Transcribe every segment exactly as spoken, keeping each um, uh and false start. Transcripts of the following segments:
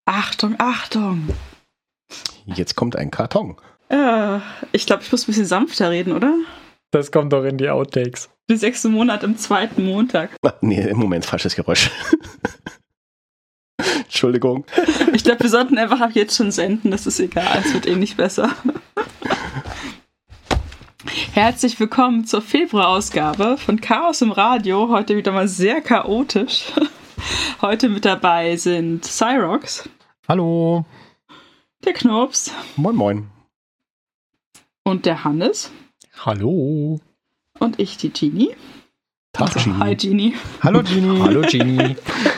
Achtung, Achtung. Jetzt kommt ein Karton. Äh, ich glaube, ich muss ein bisschen sanfter reden, oder? Das kommt doch in die Outtakes. Der sechste Monat im zweiten Montag. Ah, nee, im Moment falsches Geräusch. Entschuldigung. Ich glaube, wir sollten einfach ab jetzt schon senden. Das ist egal, es wird eh nicht besser. Herzlich willkommen zur Februarausgabe von Chaos im Radio. Heute wieder mal sehr chaotisch. Heute mit dabei sind Cyrox. Hallo. Der Knops. Moin, moin. Und der Hannes. Hallo. Und ich, die Genie. Tag, also, Genie. Hi, Genie. Hallo, Genie. Hallo, Genie.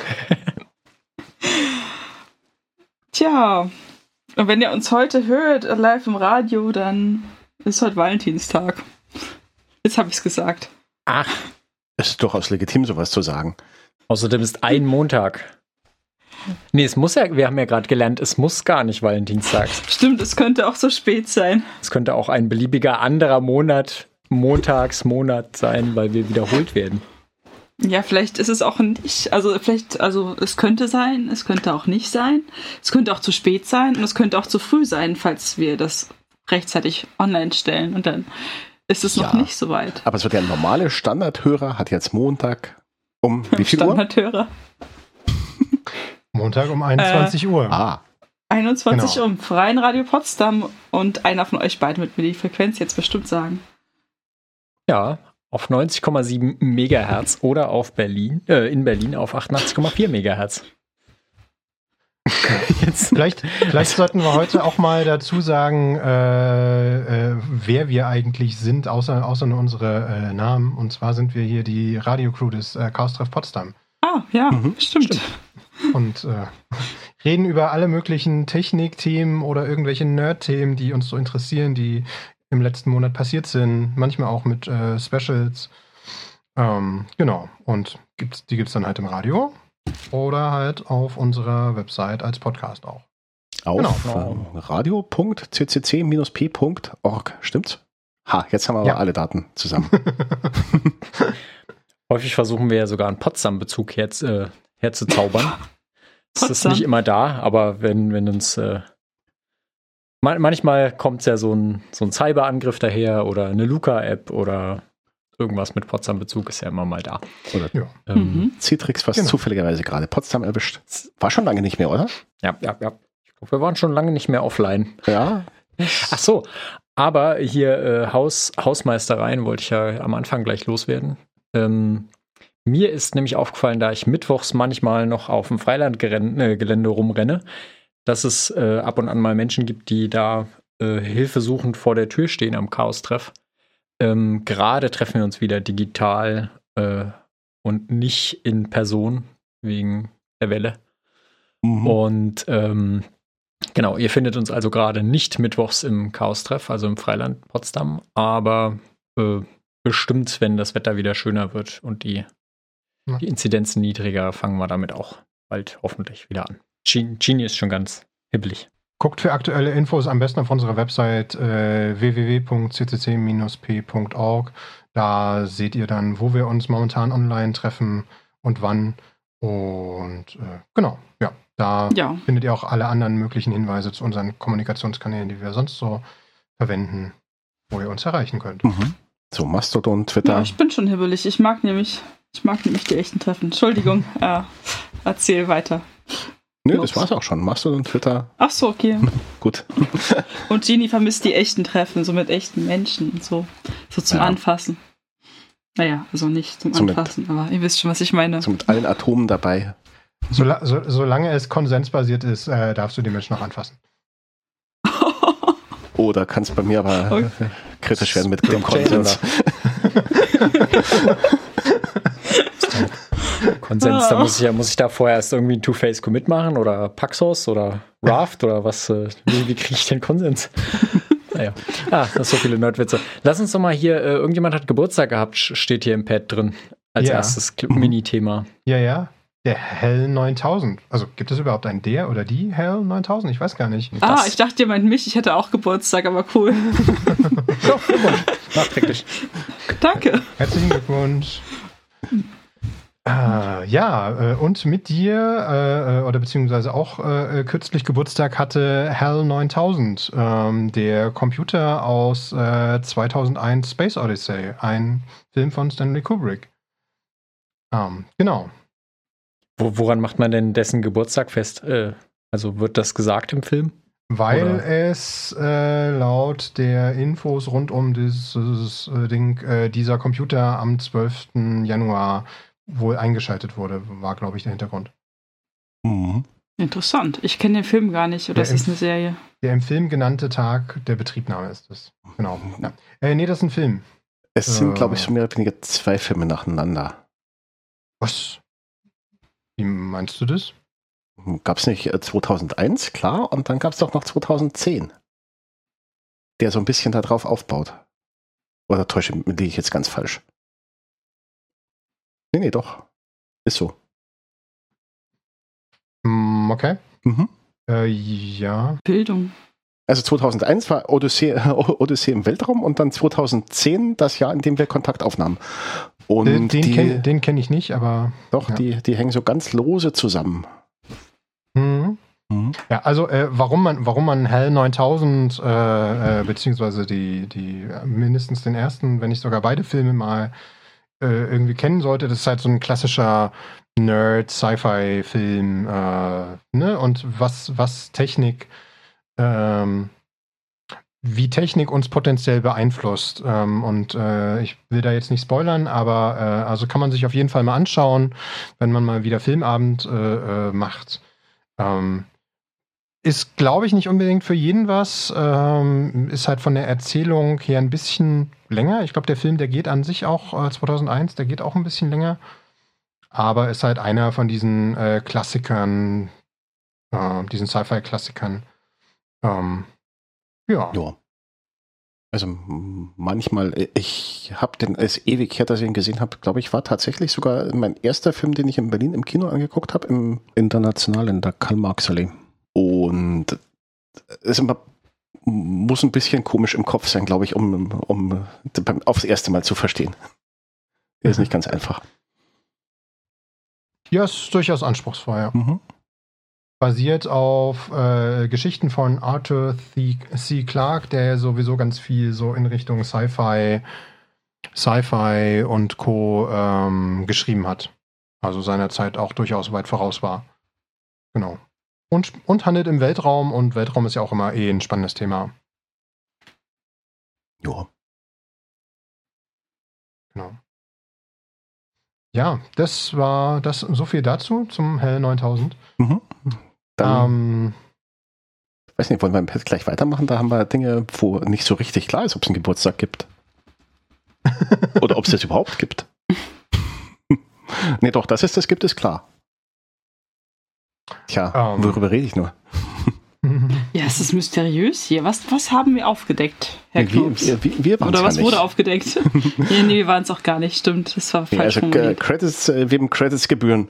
Tja, und wenn ihr uns heute hört, live im Radio, dann ist heute Valentinstag. Jetzt habe ich es gesagt. Ach. Es ist durchaus legitim, sowas zu sagen. Außerdem ist ein Montag. Nee, es muss ja, wir haben ja gerade gelernt, es muss gar nicht Valentinstag. Stimmt, es könnte auch so spät sein. Es könnte auch ein beliebiger anderer Monat, Montagsmonat sein, weil wir wiederholt werden. Ja, vielleicht ist es auch nicht, also vielleicht, also es könnte sein, es könnte auch nicht sein. Es könnte auch zu spät sein und es könnte auch zu früh sein, falls wir das rechtzeitig online stellen und dann ist es noch Ja, nicht so weit. Aber so der normale Standardhörer hat jetzt Montag um wie viel Uhr? Standardhörer. Montag um einundzwanzig Uhr. Ah, einundzwanzig Genau. um. Freien Radio Potsdam und einer von euch beiden wird mir die Frequenz jetzt bestimmt sagen. Ja, auf neunzig Komma sieben Megahertz oder auf Berlin, äh, in Berlin auf achtundachtzig Komma vier Megahertz. Jetzt. Vielleicht, vielleicht sollten wir heute auch mal dazu sagen, äh, äh, wer wir eigentlich sind, außer, außer nur unsere äh, Namen. Und zwar sind wir hier die Radiocrew des äh, Chaos-Treff Potsdam. Ah, ja, Mhm, stimmt. Und äh, reden über alle möglichen Technikthemen oder irgendwelche Nerd-Themen, die uns so interessieren, die im letzten Monat passiert sind. Manchmal auch mit äh, Specials. Ähm, genau. Und gibt's, die gibt es dann halt im Radio. Oder halt auf unserer Website als Podcast auch. auf Genau. ähm, radio punkt c c c bindestrich p punkt org, stimmt's? Ha, jetzt haben wir aber Ja. alle Daten zusammen. Häufig versuchen wir ja sogar einen Potsdam-Bezug her, äh, herzuzaubern. Es ist Potsdam. nicht immer da, aber wenn, wenn uns äh, man, manchmal kommt ja so ein, so ein Cyberangriff daher oder eine Luca-App oder irgendwas mit Potsdam-Bezug ist ja immer mal da. Oder Ja. Ähm, Mhm. Citrix, was Genau. zufälligerweise gerade Potsdam erwischt. War schon lange nicht mehr, oder? Ja, ja, ja. Ich glaube, wir waren schon lange nicht mehr offline. Ja. Ach so, aber hier äh, Haus, Hausmeistereien wollte ich ja am Anfang gleich loswerden. Ähm, mir ist nämlich aufgefallen, da ich mittwochs manchmal noch auf dem Freilandgelände rumrenne, dass es äh, ab und an mal Menschen gibt, die da äh, hilfesuchend vor der Tür stehen am Chaos-Treff. Ähm, gerade treffen wir uns wieder digital äh, und nicht in Person wegen der Welle. Mhm. Und ähm, genau, ihr findet uns also gerade nicht mittwochs im Chaos-Treff, also im Freiland Potsdam, aber äh, bestimmt, wenn das Wetter wieder schöner wird und die, Ja. die Inzidenzen niedriger, fangen wir damit auch bald hoffentlich wieder an. Genie, Genie ist schon ganz hibbelig. Guckt für aktuelle Infos am besten auf unserer Website äh, w w w punkt c c c bindestrich p punkt org. Da seht ihr dann, wo wir uns momentan online treffen und wann. Und äh, genau, ja, da Ja. findet ihr auch alle anderen möglichen Hinweise zu unseren Kommunikationskanälen, die wir sonst so verwenden, wo ihr uns erreichen könnt. Mhm. So, Mastodon, Twitter. Ja, ich bin schon hibbelig. Ich mag nämlich, ich mag nämlich die echten Treffen. Entschuldigung, äh, erzähl weiter. Nö, das war's auch schon. Mastodon, Twitter, Ach so, okay. gut. Und Genie vermisst die echten Treffen, so mit echten Menschen und so. So zum Ja. Anfassen. Naja, also nicht zum So mit- Anfassen, aber ihr wisst schon, was ich meine. So mit allen Atomen dabei. Sola so, solange es konsensbasiert ist, äh, darfst du die Menschen noch anfassen. Oder kann es bei mir aber Okay. äh, kritisch werden mit dem Blockchain, Konsens. Konsens, da muss ich ja, muss ich da vorher erst irgendwie ein Two-Face-Commit machen oder Paxos oder Raft oder was? Äh, wie wie kriege ich den Konsens? Naja. Ah, das so viele Nerdwitze. Lass uns doch mal hier, äh, irgendjemand hat Geburtstag gehabt, sch- steht hier im Pad drin. Als Ja. erstes Cl- Mini-Thema. Ja, ja. Der Hell neuntausend. Also gibt es überhaupt einen der oder die Hell neuntausend? Ich weiß gar nicht. Ah, Das- ich dachte, ihr meint mich. Ich hätte auch Geburtstag, aber cool. Ja, Glückwunsch. Nachträglich. Danke. Herzlichen Glückwunsch. Äh, ja, äh, und mit dir, äh, oder beziehungsweise auch äh, kürzlich Geburtstag hatte HAL neuntausend, ähm, der Computer aus äh, zweitausendeins Space Odyssey, ein Film von Stanley Kubrick. Ähm, genau. Wo, woran macht man denn dessen Geburtstag fest? Äh, also wird das gesagt im Film? Weil Oder? es äh, laut der Infos rund um dieses äh, Ding, äh, dieser Computer am zwölften Januar wohl eingeschaltet wurde, war, glaube ich, der Hintergrund. Mhm. Interessant. Ich kenne den Film gar nicht, oder Der ist das Inf- eine Serie? Der im Film genannte Tag der Betriebnahme ist es. Genau. Ja. Äh, nee, das ist ein Film. Es sind, Äh. glaube ich, so mehr oder weniger zwei Filme nacheinander. Was? Wie meinst du das? Gab es nicht äh, zweitausendeins, klar, und dann gab es doch noch zweitausendzehn, der so ein bisschen darauf aufbaut. Oder täusche, liege ich jetzt ganz falsch? Nee, nee, doch. Ist so. Mm, okay. Mhm. Äh, ja. Bildung. Also zweitausendeins war Odyssee, Odyssee im Weltraum und dann zweitausendzehn das Jahr, in dem wir Kontakt aufnahmen. Und Den, den die, kenne kenn ich nicht, aber. doch, ja. die, die hängen so ganz lose zusammen. Mhm. Mhm. Ja, also äh, warum man, warum man HAL neuntausend äh, äh, beziehungsweise die, die äh, mindestens den ersten, wenn nicht sogar beide Filme mal äh, irgendwie kennen sollte, das ist halt so ein klassischer Nerd-Sci-Fi-Film, äh, ne? Und was, was Technik, ähm, wie Technik uns potenziell beeinflusst. Ähm, und äh, ich will da jetzt nicht spoilern, aber äh, also kann man sich auf jeden Fall mal anschauen, wenn man mal wieder Filmabend äh, äh, macht. Ähm, Ist, glaube ich, nicht unbedingt für jeden was. Ähm, ist halt von der Erzählung her ein bisschen länger. Ich glaube, der Film, der geht an sich auch äh, zweitausendeins, der geht auch ein bisschen länger. Aber ist halt einer von diesen äh, Klassikern, äh, diesen Sci-Fi-Klassikern. Ähm, ja. Ja. Also m- manchmal, äh, ich habe den als ewig her, dass ich ihn gesehen habe, glaube ich, war tatsächlich sogar mein erster Film, den ich in Berlin im Kino angeguckt habe, im International in der Karl-Marx-Allee. Und es immer, muss ein bisschen komisch im Kopf sein, glaube ich, um, um beim, aufs erste Mal zu verstehen. Ist nicht ganz einfach. Ja, ist durchaus anspruchsvoll, ja. Mhm. Basiert auf äh, Geschichten von Arthur C. C. Clarke, der ja sowieso ganz viel so in Richtung Sci-Fi, Sci-Fi und Co. Ähm, geschrieben hat. Also seiner Zeit auch durchaus weit voraus war. Genau. Und, und handelt im Weltraum, und Weltraum ist ja auch immer eh ein spannendes Thema. Ja. Genau. Ja, das war das so viel dazu zum HAL neuntausend. Mhm. Dann, Ähm, weiß nicht, wollen wir gleich weitermachen? Da haben wir Dinge, wo nicht so richtig klar ist, ob es einen Geburtstag gibt. Oder ob es das überhaupt gibt. Nee, doch, dass es das gibt, ist klar. Tja, Ähm. worüber rede ich nur? Ja, es ist mysteriös hier. Was, was haben wir aufgedeckt, Herr wir, Klops? wir, wir, wir Oder was ja wurde nicht. aufgedeckt? nee, nee, wir waren es auch gar nicht. Stimmt, das war Ja, falsch also äh, formuliert. Credits, äh, wem Credits gebühren.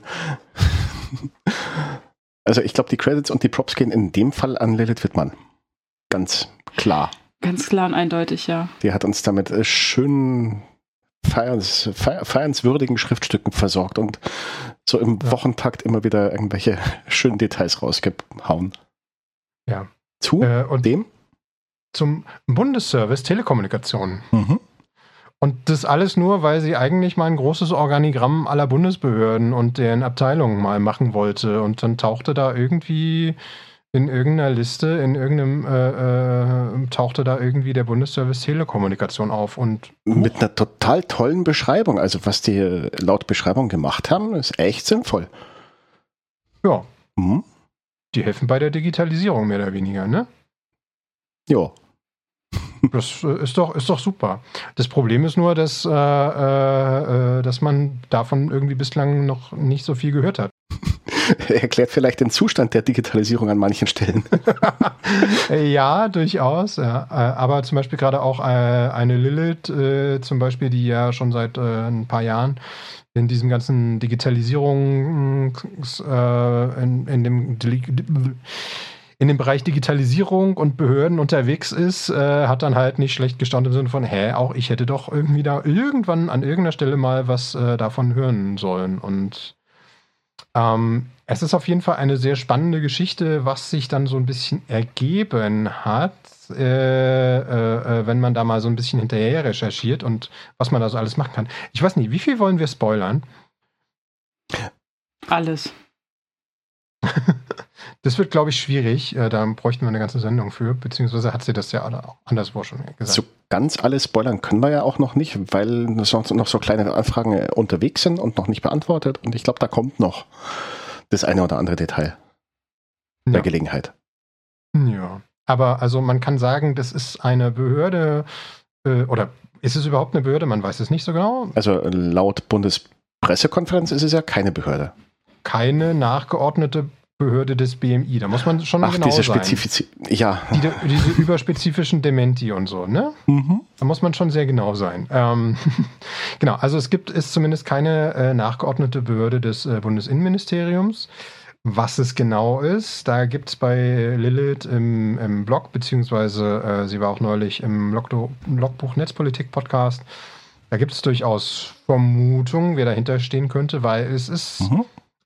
Also ich glaube, die Credits und die Props gehen in dem Fall an Lilith Wittmann. Ganz klar. Ganz klar und eindeutig, ja. Die hat uns damit äh, schön feierns, feier, feiernswürdigen Schriftstücken versorgt und so im Ja. Wochentakt immer wieder irgendwelche schönen Details rausgehauen. Ja. Zu äh, und dem? zum Bundesservice Telekommunikation. Mhm. Und das alles nur, weil sie eigentlich mal ein großes Organigramm aller Bundesbehörden und deren Abteilungen mal machen wollte. Und dann tauchte da irgendwie in irgendeiner Liste, in irgendeinem, äh, äh, tauchte da irgendwie der Bundesservice Telekommunikation auf. Und Mit einer total tollen Beschreibung. Also was die laut Beschreibung gemacht haben, ist echt sinnvoll. ja, Mhm. die helfen bei der Digitalisierung mehr oder weniger, ne? Ja. Das äh, ist doch, ist doch super. Das Problem ist nur, dass, äh, äh, äh, dass man davon irgendwie bislang noch nicht so viel gehört hat. Erklärt vielleicht den Zustand der Digitalisierung an manchen Stellen. Ja, durchaus. Ja. Äh, Aber zum Beispiel gerade auch äh, eine Lilith, äh, zum Beispiel, die ja schon seit äh, ein paar Jahren in diesem ganzen Digitalisierung, äh, in, in dem in dem Bereich Digitalisierung und Behörden unterwegs ist, äh, hat dann halt nicht schlecht gestaunt im Sinne von, hä, auch ich hätte doch irgendwie da irgendwann an irgendeiner Stelle mal was äh, davon hören sollen. Und ähm, es ist auf jeden Fall eine sehr spannende Geschichte, was sich dann so ein bisschen ergeben hat, äh, äh, wenn man da mal so ein bisschen hinterher recherchiert und was man da so alles machen kann. Ich weiß nicht, wie viel wollen wir spoilern? Alles. Das wird, glaube ich, schwierig. Da bräuchten wir eine ganze Sendung für, beziehungsweise hat sie das ja auch anderswo schon gesagt. So ganz alles spoilern können wir ja auch noch nicht, weil sonst noch so kleine Anfragen unterwegs sind und noch nicht beantwortet. Und ich glaube, da kommt noch das eine oder andere Detail bei Ja. Gelegenheit. Ja. Aber also man kann sagen, das ist eine Behörde, äh, oder ist es überhaupt eine Behörde? Man weiß es nicht so genau. Also laut Bundespressekonferenz ist es ja keine Behörde. Keine nachgeordnete Behörde des B M I. Da muss man schon Ach, genau diese sein. Spezifizität. Ja. Die, diese überspezifischen Dementi und so, ne? Mhm. Da muss man schon sehr genau sein. Ähm, genau, also es gibt ist zumindest keine äh, nachgeordnete Behörde des äh, Bundesinnenministeriums. Was es genau ist, da gibt es bei Lilith im, im Blog, beziehungsweise äh, sie war auch neulich im Logdo, Logbuch Netzpolitik Podcast. Da gibt es durchaus Vermutungen, wer dahinter stehen könnte, weil es ist. Mhm.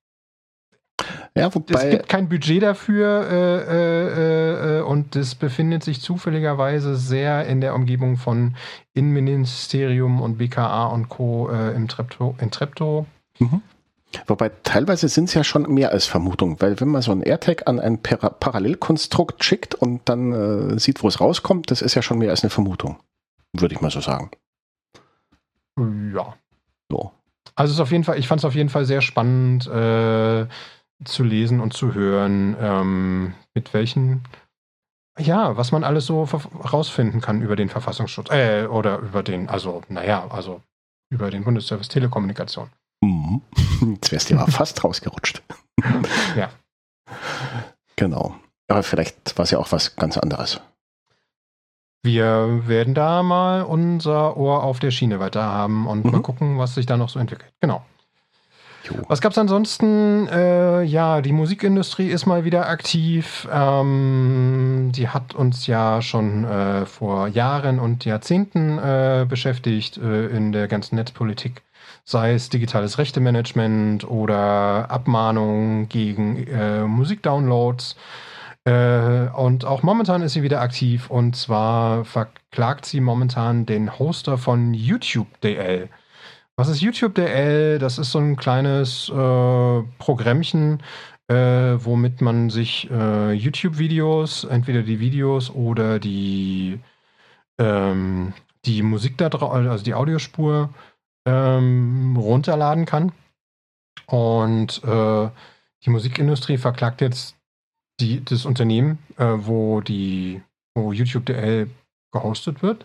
Ja, wobei. Es gibt kein Budget dafür äh, äh, äh, und das befindet sich zufälligerweise sehr in der Umgebung von Innenministerium und B K A und Co. Äh, im Treptow. In Treptow. Mhm. Wobei teilweise sind es ja schon mehr als Vermutung, weil wenn man so ein AirTag an ein Para- Parallelkonstrukt schickt und dann äh, sieht, wo es rauskommt, das ist ja schon mehr als eine Vermutung, würde ich mal so sagen. Ja. So. Also es ist auf jeden Fall, ich fand es auf jeden Fall sehr spannend äh, zu lesen und zu hören, ähm, mit welchen, ja, was man alles so rausfinden kann über den Verfassungsschutz, äh, oder über den, also, naja, also über den Bundesservice Telekommunikation. Mhm. Jetzt wärst du ja fast rausgerutscht. Ja. Genau. Aber vielleicht war es ja auch was ganz anderes. Wir werden da mal unser Ohr auf der Schiene weiter haben und Mhm. mal gucken, was sich da noch so entwickelt. Genau. Jo. Was gab's ansonsten? Äh, ja, die Musikindustrie ist mal wieder aktiv. Ähm, die hat uns ja schon äh, vor Jahren und Jahrzehnten äh, beschäftigt äh, in der ganzen Netzpolitik. Sei es digitales Rechtemanagement oder Abmahnungen gegen äh, Musikdownloads. Äh, und auch momentan ist sie wieder aktiv. Und zwar verklagt sie momentan den Hoster von YouTube punkt d l. Was ist YouTube punkt d l? Das ist so ein kleines äh, Programmchen, äh, womit man sich äh, YouTube-Videos, entweder die Videos oder die, ähm, die Musik da drauf, also die Audiospur, ähm, runterladen kann. Und äh, die Musikindustrie verklagt jetzt die, das Unternehmen, äh, wo, die, wo YouTube punkt d l gehostet wird.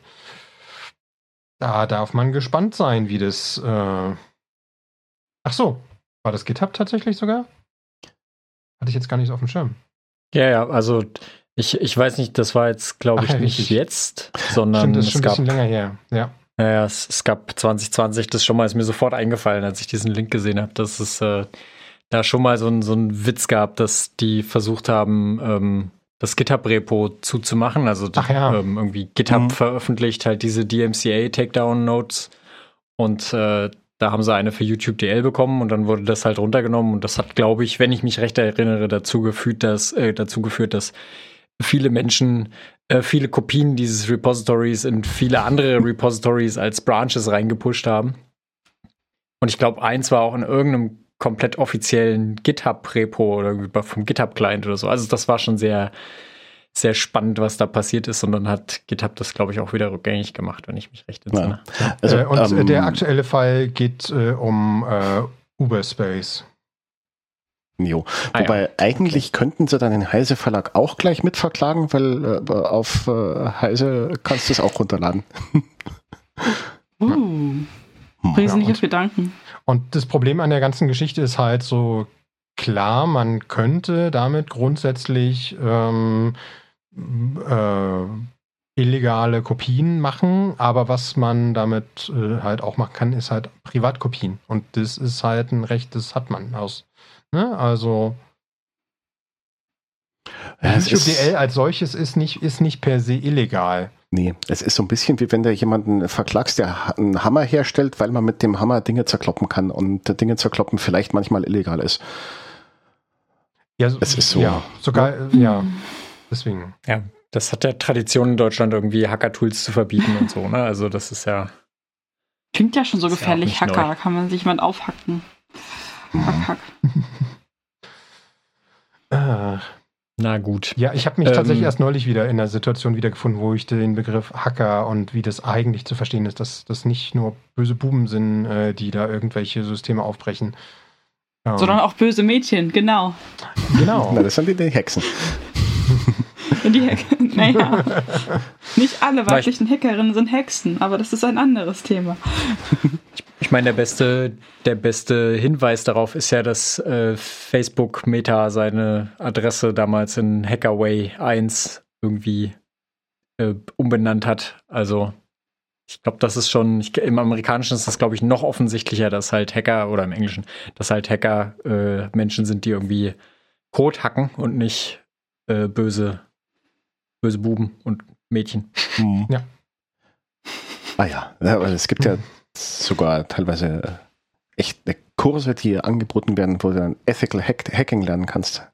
Da darf man gespannt sein, wie das. Äh Ach so, war das GitHub tatsächlich sogar? Hatte ich jetzt gar nicht auf dem Schirm. Ja, ja, also ich, ich weiß nicht, das war jetzt, glaube ich, Ach ja, nicht richtig. jetzt, sondern Stimmt, das ist schon es ein bisschen gab, länger her. Ja. ja, ja, es, es gab zwanzig zwanzig, das schon mal ist mir sofort eingefallen, als ich diesen Link gesehen habe, dass es äh, da schon mal so, ein, so einen Witz gab, dass die versucht haben, ähm, das GitHub-Repo zuzumachen. Also Ach ja. ähm, irgendwie GitHub Mhm. veröffentlicht halt diese D M C A-Takedown-Notes und äh, da haben sie eine für YouTube punkt d l bekommen und dann wurde das halt runtergenommen und das hat, glaube ich, wenn ich mich recht erinnere, dazu geführt, dass, äh, dazu geführt, dass viele Menschen äh, viele Kopien dieses Repositories in viele andere Repositories als Branches reingepusht haben. Und ich glaube, eins war auch in irgendeinem komplett offiziellen GitHub-Repo oder vom GitHub-Client oder so. Also das war schon sehr, sehr spannend, was da passiert ist. Und dann hat GitHub das, glaube ich, auch wieder rückgängig gemacht, wenn ich mich recht entsinne. Ja. Also, äh, und äh, ähm, der aktuelle Fall geht äh, um äh, Uberspace. Jo. Ah, Wobei ja. eigentlich könnten sie dann den Heise Verlag auch gleich mitverklagen, weil äh, auf äh, Heise kannst du es auch runterladen. Uh, Hm. bring sie Ja, nicht und- auf Gedanken. Und das Problem an der ganzen Geschichte ist halt so, klar, man könnte damit grundsätzlich ähm, äh, illegale Kopien machen, aber was man damit äh, halt auch machen kann, ist halt Privatkopien. Und das ist halt ein Recht, das hat man aus. Ne? Also Ja, es YouTube ist- D L als solches ist nicht, ist nicht per se illegal. Nee, es ist so ein bisschen wie wenn du jemanden verklagst, der ha- einen Hammer herstellt, weil man mit dem Hammer Dinge zerkloppen kann und Dinge zerkloppen vielleicht manchmal illegal ist. Ja, so, Es ist so. Ja, sogar, äh, ja, deswegen. Ja, das hat ja Tradition in Deutschland, irgendwie Hacker-Tools zu verbieten und so, ne? Also das ist ja. Klingt ja schon so Ist ja auch gefährlich, nicht Hacker. neu. Kann man sich jemand aufhacken. Hack, hack. Ah. Na gut. Ja, ich habe mich Ähm, tatsächlich erst neulich wieder in einer Situation wiedergefunden, wo ich den Begriff Hacker und wie das eigentlich zu verstehen ist, dass das nicht nur böse Buben sind, äh, die da irgendwelche Systeme aufbrechen. Ähm, Sondern auch böse Mädchen, genau. genau. Na, das sind die, die Hexen. Und die Hack naja, nicht alle weiblichen Hackerinnen sind Hexen, aber das ist ein anderes Thema. Ich meine, der beste, der beste Hinweis darauf ist ja, dass äh, Facebook Meta seine Adresse damals in Hackerway eins irgendwie äh, umbenannt hat. Also ich glaube, das ist schon, ich, im Amerikanischen ist das, glaube ich, noch offensichtlicher, dass halt Hacker, oder im Englischen, dass halt Hacker äh, Menschen sind, die irgendwie Code hacken und nicht äh, böse, böse Buben und Mädchen. Hm. Ja. Ah ja, ja, aber es gibt ja sogar teilweise äh, echt äh, Kurse, die angeboten werden, wo du dann Ethical Hack Hacking lernen kannst.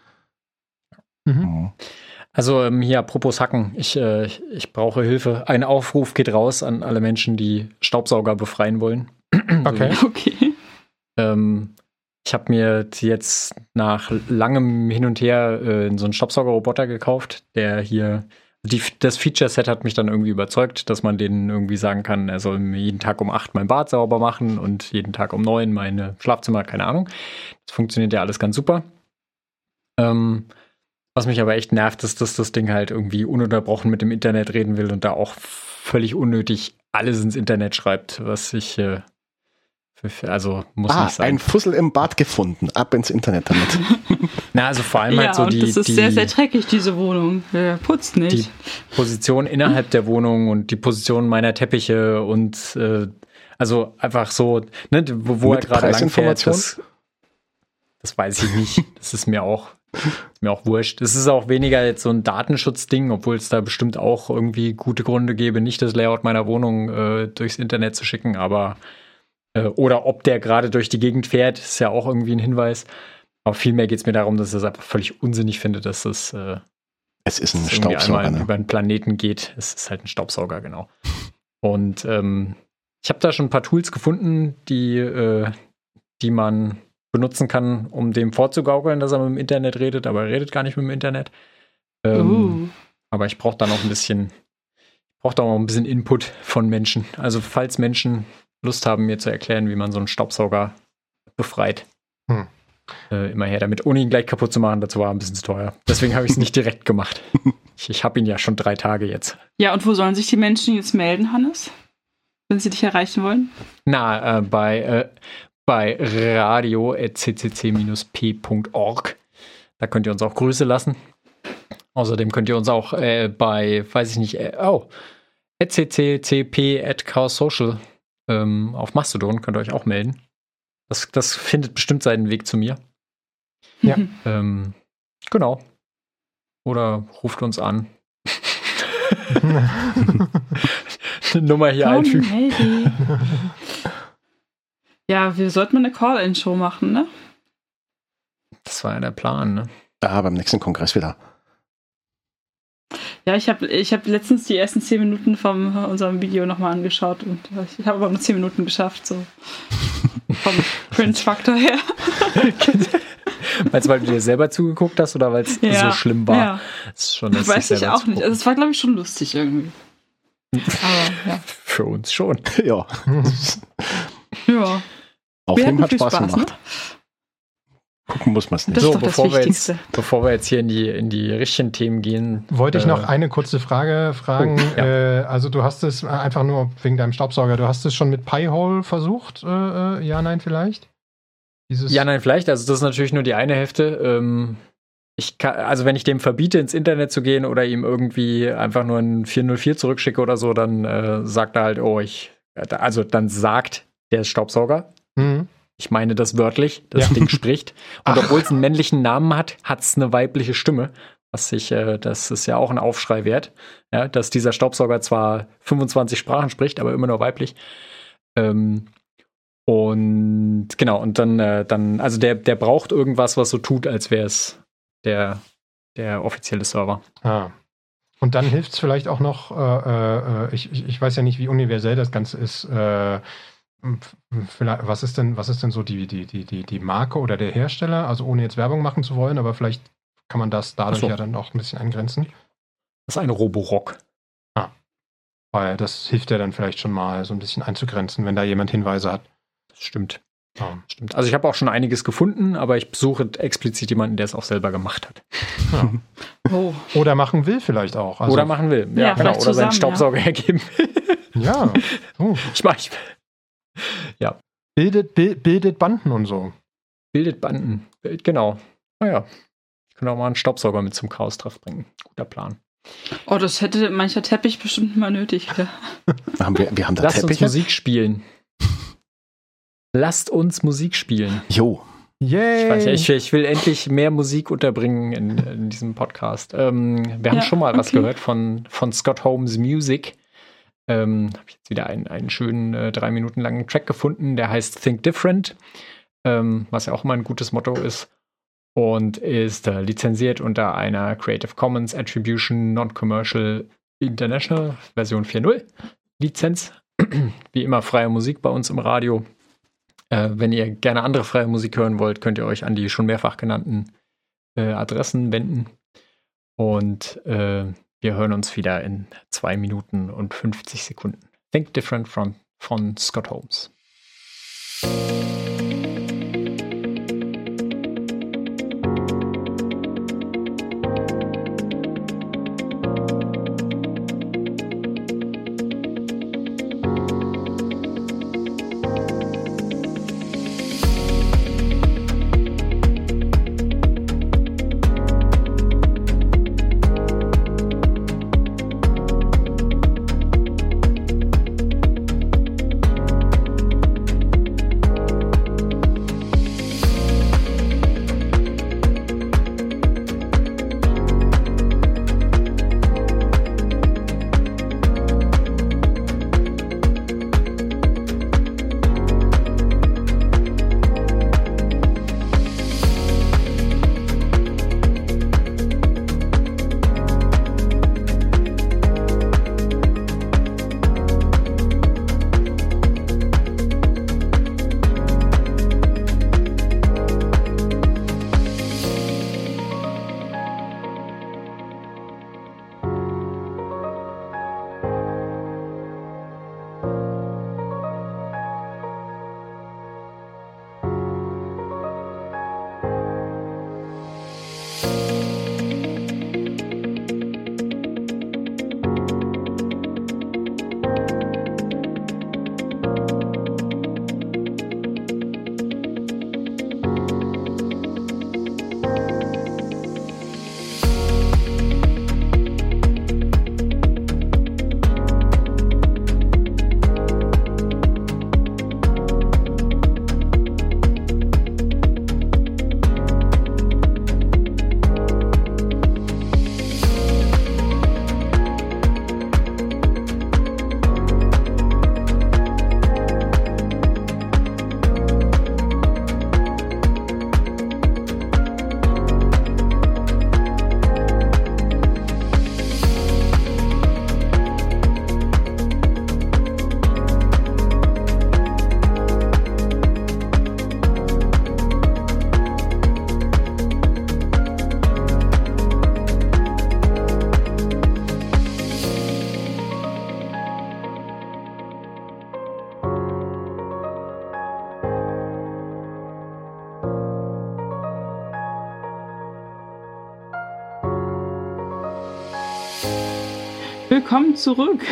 Mhm. Hm. Also ähm, hier, apropos Hacken, ich, äh, ich, ich brauche Hilfe. Ein Aufruf geht raus an alle Menschen, die Staubsauger befreien wollen. Okay. Okay. Ähm, ich habe mir jetzt nach langem Hin und Her äh, so einen Staubsaugerroboter gekauft, der hier, die, das Feature-Set hat mich dann irgendwie überzeugt, dass man denen irgendwie sagen kann, er soll mir jeden Tag um acht mein Bad sauber machen und jeden Tag um neun meine Schlafzimmer, keine Ahnung. Das funktioniert ja alles ganz super. Ähm, was mich aber echt nervt, ist, dass das Ding halt irgendwie ununterbrochen mit dem Internet reden will und da auch völlig unnötig alles ins Internet schreibt, was ich äh, also muss Ah, nicht sein. ein Fussel im Bad gefunden. Ab ins Internet damit. Na, also vor allem Ja, halt so und die, das ist die, sehr, sehr dreckig, diese Wohnung. Der putzt die nicht. Position innerhalb der Wohnung und die Position meiner Teppiche und äh, also einfach so, ne, wo, wo er Mit gerade langfährt, Preisinformation? das, das weiß ich nicht. Das ist mir auch, ist mir auch wurscht. Es ist auch weniger jetzt so ein Datenschutzding, obwohl es da bestimmt auch irgendwie gute Gründe gäbe, nicht das Layout meiner Wohnung äh, durchs Internet zu schicken, aber äh, oder ob der gerade durch die Gegend fährt, ist ja auch irgendwie ein Hinweis. Aber vielmehr geht es mir darum, dass ich das einfach völlig unsinnig finde, dass das äh, Es ist ein dass irgendwie Staubsauger. einmal Ne? über den Planeten geht. Es ist halt ein Staubsauger, genau. Und ähm, ich habe da schon ein paar Tools gefunden, die, äh, die man benutzen kann, um dem vorzugaukeln, dass er mit dem Internet redet, aber er redet gar nicht mit dem Internet. Ähm, Uh. Aber ich brauche da noch ein bisschen, ich brauche da noch ein bisschen Input von Menschen. Also falls Menschen Lust haben, mir zu erklären, wie man so einen Staubsauger befreit. Hm. Äh, immer her damit, ohne ihn gleich kaputt zu machen. Dazu war er ein bisschen zu teuer. Deswegen habe ich es nicht direkt gemacht. Ich, ich habe ihn ja schon drei Tage jetzt. Ja, und wo sollen sich die Menschen jetzt melden, Hannes? Wenn sie dich erreichen wollen? Na, äh, bei, äh, bei radio at c c c Bindestrich p Punkt org. Da könnt ihr uns auch Grüße lassen. Außerdem könnt ihr uns auch äh, bei, weiß ich nicht, äh, oh, at c c c p at chaos social ähm, auf Mastodon könnt ihr euch auch melden. Das, das findet bestimmt seinen Weg zu mir. Ja. Ähm, genau. Oder ruft uns an. Eine Nummer hier Call me einfügen. maybe. Ja, wir sollten mal eine Call-In-Show machen, ne? Das war ja der Plan, ne? Ah, beim nächsten Kongress wieder. Ja, ich habe ich hab letztens die ersten zehn Minuten von unserem Video nochmal angeschaut und ich habe aber nur zehn Minuten geschafft, so. Vom Cringe-Faktor her. Meinst du, weil du dir selber zugeguckt hast oder weil es Ja, so schlimm war? ja. Das ist schon, dass Weiß sich ich selber auch nicht. zugucken. Also es war, glaube ich, schon lustig irgendwie. Aber ja. Für uns schon. Ja. Ja. Aufnehmen hatten hat viel Spaß, Spaß, gemacht. Gucken muss man es nicht. Das So, ist doch das bevor wir, jetzt, Wichtigste. bevor wir jetzt hier in die, in die richtigen Themen gehen. Wollte ich äh, noch eine kurze Frage fragen. Oh, ja. äh, also du hast es einfach nur wegen deinem Staubsauger, du hast es schon mit Pi-hole versucht? Äh, äh, ja, nein, vielleicht? Dieses Ja, nein, vielleicht. Also das ist natürlich nur die eine Hälfte. Ähm, ich kann, also wenn ich dem verbiete, ins Internet zu gehen oder ihm irgendwie einfach nur ein vier null vier zurückschicke oder so, dann äh, sagt er halt, oh, ich, also dann sagt der Staubsauger, Mhm. Ich meine das wörtlich, das Ja. Ding spricht. Und obwohl es einen männlichen Namen hat, hat es eine weibliche Stimme. Was sich, äh, das ist ja auch ein Aufschrei wert, ja, dass dieser Staubsauger zwar fünfundzwanzig Sprachen spricht, aber immer nur weiblich. Ähm, und genau, und dann, äh, dann, also der, der braucht irgendwas, was so tut, als wäre es der, der offizielle Server. Ah. Und dann hilft es vielleicht auch noch, äh, äh, ich, ich, ich weiß ja nicht, wie universell das Ganze ist. Äh, vielleicht, was ist denn, was ist denn so die, die, die, die, die Marke oder der Hersteller? Also ohne jetzt Werbung machen zu wollen, aber vielleicht kann man das dadurch Ach so. ja dann auch ein bisschen eingrenzen. Das ist ein Roborock. Weil das hilft ja dann vielleicht schon mal so ein bisschen einzugrenzen, wenn da jemand Hinweise hat. Das stimmt. Ja. Stimmt. Also ich habe auch schon einiges gefunden, aber ich besuche explizit jemanden, der es auch selber gemacht hat. Ja. Oh. Oder machen will vielleicht auch. Also, oder machen will. Ja, Ja, genau. vielleicht Oder seinen zusammen, Staubsauger hergeben will. Ja. Oh. Ich mache, ich Bildet, bil- bildet Banden und so. bildet Banden. Bild, genau. Naja. Ich könnte auch mal einen Staubsauger mit zum Chaos-Treff bringen. Guter Plan. Oh, das hätte mancher Teppich bestimmt mal nötig. Ja. Haben wir, wir haben da Lasst uns Teppiche. Musik spielen. Lasst uns Musik spielen. Jo. Yay! Ich weiß ja, ich, ich will endlich mehr Musik unterbringen in, in diesem Podcast. Ähm, wir haben Ja, schon mal was okay. gehört von, von Scott Holmes Music. Ähm, habe ich jetzt wieder einen, einen schönen äh, drei Minuten langen Track gefunden, der heißt Think Different, ähm, was ja auch immer ein gutes Motto ist. Und ist äh, lizenziert unter einer Creative Commons Attribution Non-Commercial International Version vier Punkt null Lizenz. Wie immer freie Musik bei uns im Radio. Äh, wenn ihr gerne andere freie Musik hören wollt, könnt ihr euch an die schon mehrfach genannten äh, Adressen wenden. Und äh, wir hören uns wieder in zwei Minuten und fünfzig Sekunden. Think Different from, von Scott Holmes. Willkommen zurück.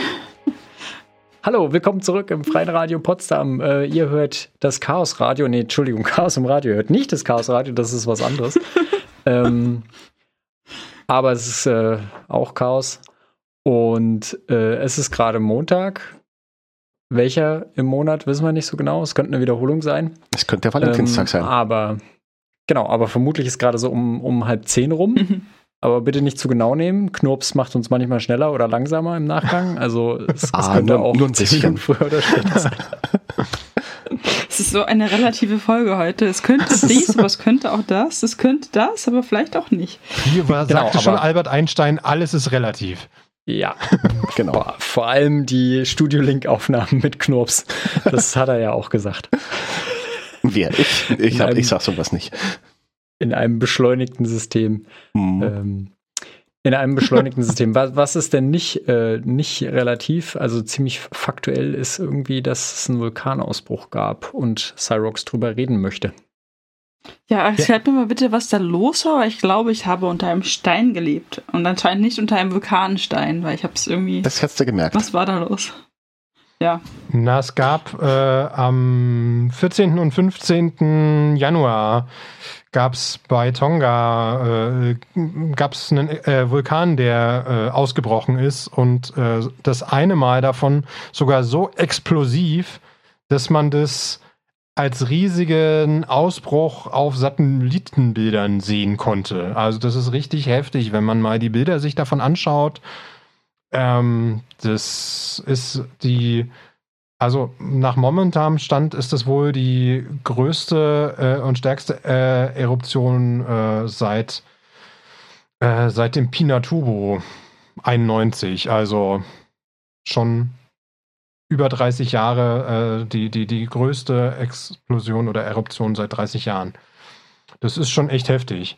Hallo, willkommen zurück im Freien Radio Potsdam. Äh, ihr hört das Chaos Radio. Nee, Entschuldigung, Chaos im Radio. Ihr hört nicht das Chaos Radio, das ist was anderes. ähm, aber es ist äh, auch Chaos. Und äh, es ist gerade Montag. Welcher im Monat, wissen wir nicht so genau. Es könnte eine Wiederholung sein. Es könnte der Valentinstag ähm, sein. Aber, genau, aber vermutlich ist gerade so um, um halb zehn rum. Mhm. Aber bitte nicht zu genau nehmen. Knurps macht uns manchmal schneller oder langsamer im Nachgang. Also es, es Ah, könnte nur- auch nur ein zehn Minuten bisschen. früher oder später sein. Es ist so eine relative Folge heute. Es könnte dies, aber es könnte auch das. Es könnte das, aber vielleicht auch nicht. Hier war, Genau, sagte schon aber- Albert Einstein, alles ist relativ. Ja, Genau. vor, vor allem die Studio-Link-Aufnahmen mit Knurps. Das hat er ja auch gesagt. Wer? Ich? Ich, hab, ich sag sowas nicht. In einem beschleunigten System. Hm. Ähm, in einem beschleunigten System. Was, was ist denn nicht, äh, nicht relativ, also ziemlich faktuell ist irgendwie, dass es einen Vulkanausbruch gab und Cyrox drüber reden möchte. Ja, erklärt mir mal bitte, was da los war, weil ich glaube, ich habe unter einem Stein gelebt. Und anscheinend nicht unter einem Vulkanstein, weil ich habe es irgendwie... Das hättest du gemerkt. Was war da los? Ja. Na, es gab äh, am vierzehnten und fünfzehnten Januar gab es bei Tonga äh, gab es einen äh, Vulkan, der äh, ausgebrochen ist und äh, das eine Mal davon sogar so explosiv, dass man das als riesigen Ausbruch auf Satellitenbildern sehen konnte. Also das ist richtig heftig, wenn man mal die Bilder sich davon anschaut. Ähm, das ist die, also nach momentanem Stand ist das wohl die größte äh, und stärkste äh, Eruption äh, seit, äh, seit dem Pinatubo einundneunzig. Also schon über dreißig Jahre, äh, die, die, die größte Explosion oder Eruption seit dreißig Jahren. Das ist schon echt heftig.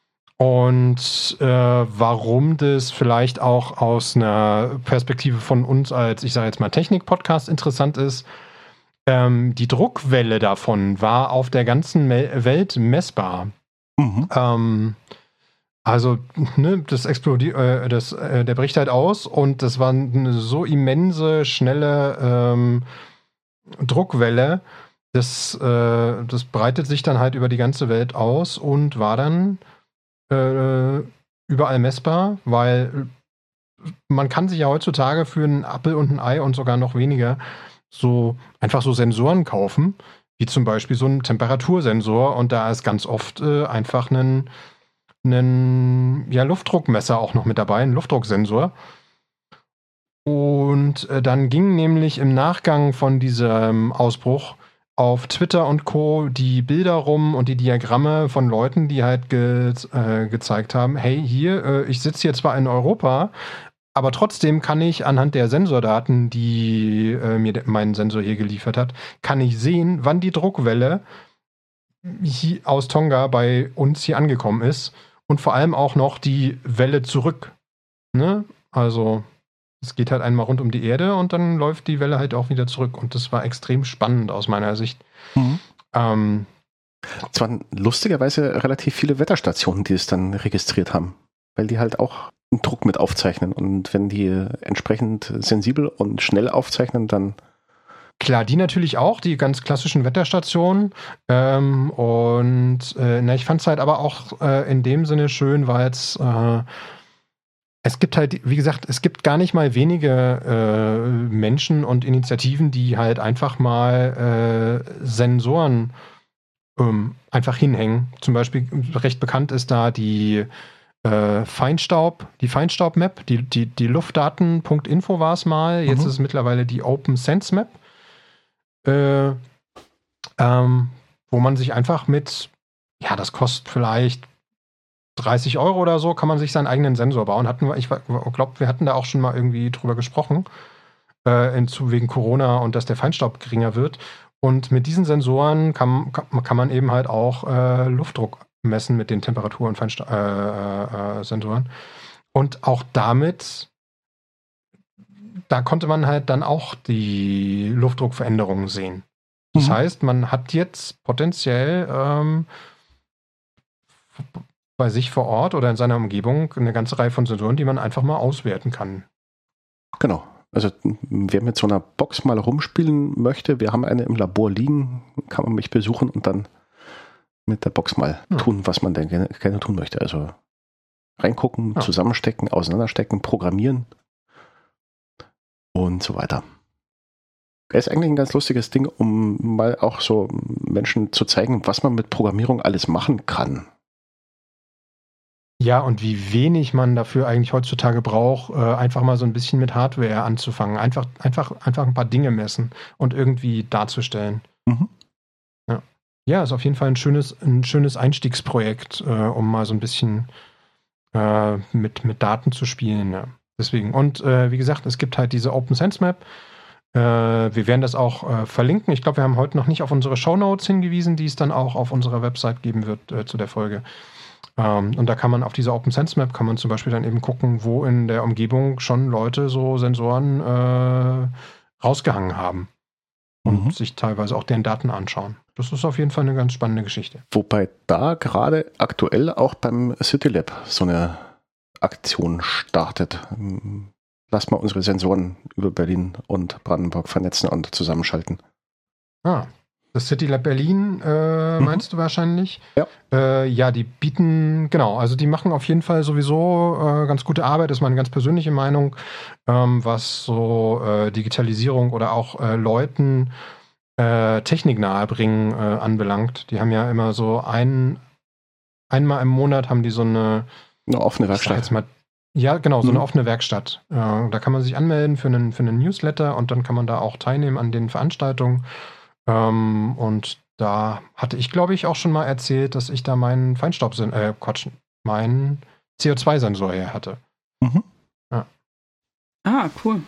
Und äh, warum das vielleicht auch aus einer Perspektive von uns als, ich sage jetzt mal, Technik-Podcast interessant ist, ähm, die Druckwelle davon war auf der ganzen Me- Welt messbar. Mhm. Ähm, also, ne, das explodiert, äh, das, äh, der bricht halt aus und das war eine so immense, schnelle ähm, Druckwelle, das, äh, das breitet sich dann halt über die ganze Welt aus und war dann äh, überall messbar, weil man kann sich ja heutzutage für einen Apfel und ein Ei und sogar noch weniger so einfach so Sensoren kaufen, wie zum Beispiel so ein Temperatursensor und da ist ganz oft äh, einfach ein einen ja, Luftdruckmesser auch noch mit dabei, ein Luftdrucksensor. Und äh, dann gingen nämlich im Nachgang von diesem Ausbruch auf Twitter und Co. die Bilder rum und die Diagramme von Leuten, die halt ge äh, gezeigt haben, hey, hier, äh, ich sitze hier zwar in Europa, aber trotzdem kann ich anhand der Sensordaten, die äh, mir mein Sensor hier geliefert hat, kann ich sehen, wann die Druckwelle hier aus Tonga bei uns hier angekommen ist. Und vor allem auch noch die Welle zurück. Ne? Also, es geht halt einmal rund um die Erde und dann läuft die Welle halt auch wieder zurück. Und das war extrem spannend aus meiner Sicht. Mhm. Ähm, Es waren lustigerweise relativ viele Wetterstationen, die es dann registriert haben, weil die halt auch einen Druck mit aufzeichnen. Und wenn die entsprechend sensibel und schnell aufzeichnen, dann Klar, die natürlich auch, die ganz klassischen Wetterstationen. Ähm, und äh, na, ich fand es halt aber auch äh, in dem Sinne schön, weil es äh, es gibt halt, wie gesagt, es gibt gar nicht mal wenige äh, Menschen und Initiativen, die halt einfach mal äh, Sensoren ähm, einfach hinhängen. Zum Beispiel recht bekannt ist da die äh, Feinstaub, die Feinstaub-Map, die, die, die Luftdaten Punkt info war es mal, jetzt Mhm. ist es mittlerweile die Open Sense Map. Äh, ähm, wo man sich einfach mit, ja, das kostet vielleicht dreißig Euro oder so, kann man sich seinen eigenen Sensor bauen. Hatten wir, ich glaube, wir hatten da auch schon mal irgendwie drüber gesprochen, äh, in, zu, wegen Corona und dass der Feinstaub geringer wird. Und mit diesen Sensoren kann, kann, kann man eben halt auch äh, Luftdruck messen mit den Temperatur- und Feinstaub-Sensoren. Äh, äh, und auch damit da konnte man halt dann auch die Luftdruckveränderungen sehen. Das Mhm. heißt, man hat jetzt potenziell ähm, bei sich vor Ort oder in seiner Umgebung eine ganze Reihe von Sensoren, die man einfach mal auswerten kann. genau. Also wer mit so einer Box mal rumspielen möchte, wir haben eine im Labor liegen, kann man mich besuchen und dann mit der Box mal Ja. tun, was man denn gerne, gerne tun möchte. Also reingucken, Ja. zusammenstecken, auseinanderstecken, programmieren und so weiter. Es ist eigentlich ein ganz lustiges Ding, um mal auch so Menschen zu zeigen, was man mit Programmierung alles machen kann. Ja, und wie wenig man dafür eigentlich heutzutage braucht, äh, einfach mal so ein bisschen mit Hardware anzufangen. Einfach, einfach, einfach ein paar Dinge messen und irgendwie darzustellen. Mhm. Ja. Ja, ist auf jeden Fall ein schönes, ein schönes Einstiegsprojekt, äh, um mal so ein bisschen äh, mit, mit Daten zu spielen. Ja. Deswegen. Und äh, wie gesagt, es gibt halt diese Open Sense Map. Äh, wir werden das auch äh, verlinken. Ich glaube, wir haben heute noch nicht auf unsere Shownotes hingewiesen, die es dann auch auf unserer Website geben wird äh, zu der Folge. Ähm, und da kann man auf dieser Open Sense Map kann man zum Beispiel dann eben gucken, wo in der Umgebung schon Leute so Sensoren äh, rausgehangen haben und Mhm. sich teilweise auch deren Daten anschauen. Das ist auf jeden Fall eine ganz spannende Geschichte. Wobei da gerade aktuell auch beim CityLab so eine Aktion startet. Lass mal unsere Sensoren über Berlin und Brandenburg vernetzen und zusammenschalten. Ah, das City Lab Berlin, äh, Mhm. meinst du wahrscheinlich? Ja. Äh, ja, die bieten, genau, also die machen auf jeden Fall sowieso äh, ganz gute Arbeit, ist meine ganz persönliche Meinung, ähm, was so äh, Digitalisierung oder auch äh, Leuten äh, Technik nahebringen äh, anbelangt. Die haben ja immer so ein, einmal im Monat haben die so eine, Eine offene ich sag Werkstatt. jetzt mal, ja, genau, so Mhm. eine offene Werkstatt. Äh, da kann man sich anmelden für einen, für einen Newsletter und dann kann man da auch teilnehmen an den Veranstaltungen. Ähm, und da hatte ich, glaube ich, auch schon mal erzählt, dass ich da meinen Feinstaub, äh, Quatsch, meinen C O zwei Sensor her hatte. Mhm. Ah, cool.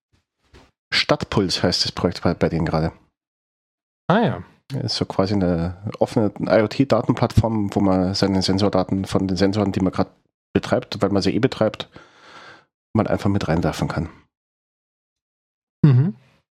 Stadtpuls heißt das Projekt bei, bei denen gerade. Ah ja. Ist so quasi eine offene IoT-Datenplattform, wo man seine Sensordaten von den Sensoren, die man gerade betreibt, weil man sie eh betreibt, mal einfach mit reinwerfen kann. Mhm.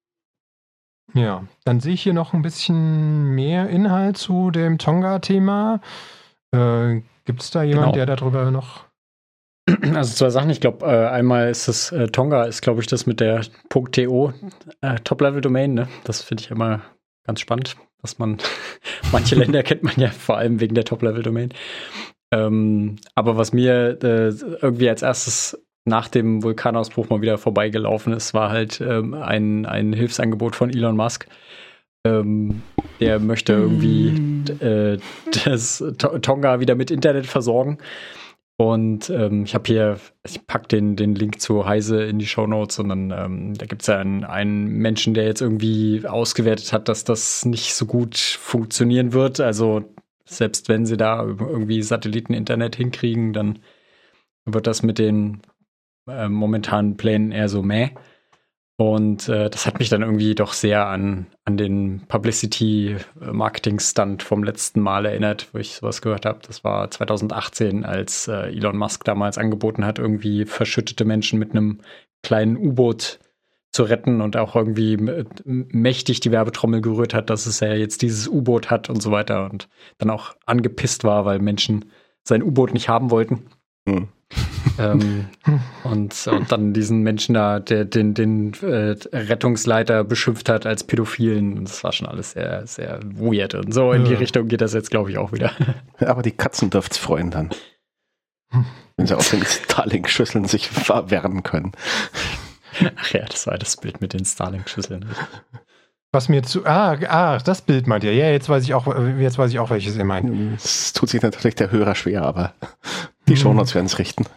Ja, dann sehe ich hier noch ein bisschen mehr Inhalt zu dem Tonga-Thema. Äh, Gibt es da jemanden, Genau. der darüber noch... Also zwei Sachen. Ich glaube, äh, einmal ist das äh, Tonga, ist glaube ich das mit der .to äh, Top-Level-Domain. Ne? Das finde ich immer ganz spannend, dass man manche Länder kennt man ja vor allem wegen der Top-Level-Domain. Ähm, aber was mir äh, irgendwie als erstes nach dem Vulkanausbruch mal wieder vorbeigelaufen ist, war halt ähm, ein, ein Hilfsangebot von Elon Musk. Ähm, der möchte irgendwie Mm. äh, das To- Tonga wieder mit Internet versorgen. Und ähm, ich habe hier, ich packe den, den Link zu Heise in die Shownotes und dann ähm, da gibt es ja einen, einen Menschen, der jetzt irgendwie ausgewertet hat, dass das nicht so gut funktionieren wird. Also selbst wenn sie da irgendwie Satelliteninternet hinkriegen, dann wird das mit den äh, momentanen Plänen eher so mäh. Und äh, das hat mich dann irgendwie doch sehr an, an den Publicity-Marketing-Stunt vom letzten Mal erinnert, wo ich sowas gehört habe. Das war zwanzig achtzehn, als äh, Elon Musk damals angeboten hat, irgendwie verschüttete Menschen mit einem kleinen U-Boot zu retten und auch irgendwie m- mächtig die Werbetrommel gerührt hat, dass es ja jetzt dieses U-Boot hat und so weiter. Und dann auch angepisst war, weil Menschen sein U-Boot nicht haben wollten. Hm. ähm, und, und dann diesen Menschen da, der den, den äh, Rettungsleiter beschimpft hat als Pädophilen. Und das war schon alles sehr, sehr weird. Und so in die Ja. Richtung geht das jetzt, glaube ich, auch wieder. Aber die Katzen dürft's freuen dann. Wenn sie auf den Starlink-Schüsseln sich verwärmen können. Ach ja, das war das Bild mit den Starlink-Schüsseln. Was mir zu... Ah, ah, das Bild meint ihr. Ja, jetzt weiß ich auch, jetzt weiß ich auch, welches ihr meint. Es tut sich natürlich der Hörer schwer, aber die Hm. Shownotes werden es richten.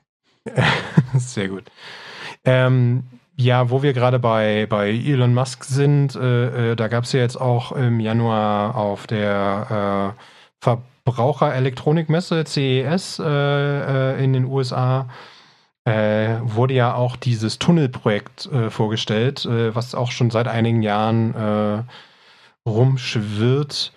Sehr gut. Ähm, ja, wo wir gerade bei, bei Elon Musk sind, äh, äh, da gab es ja jetzt auch im Januar auf der äh, Verbraucherelektronikmesse C E S äh, äh, in den U S A äh, wurde ja auch dieses Tunnelprojekt äh, vorgestellt, äh, was auch schon seit einigen Jahren äh, rumschwirrt.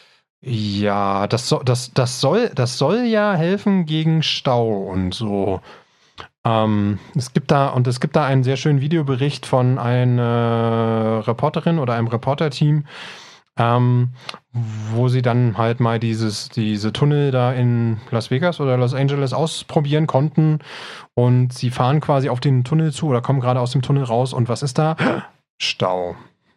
Ja, das, so, das, das, soll, das soll ja helfen gegen Stau und so. Ähm, es gibt da, und es gibt da einen sehr schönen Videobericht von einer Reporterin oder einem Reporterteam, ähm, wo sie dann halt mal dieses, diese Tunnel da in Las Vegas oder Los Angeles ausprobieren konnten. Und sie fahren quasi auf den Tunnel zu oder kommen gerade aus dem Tunnel raus. Und was ist da? Stau.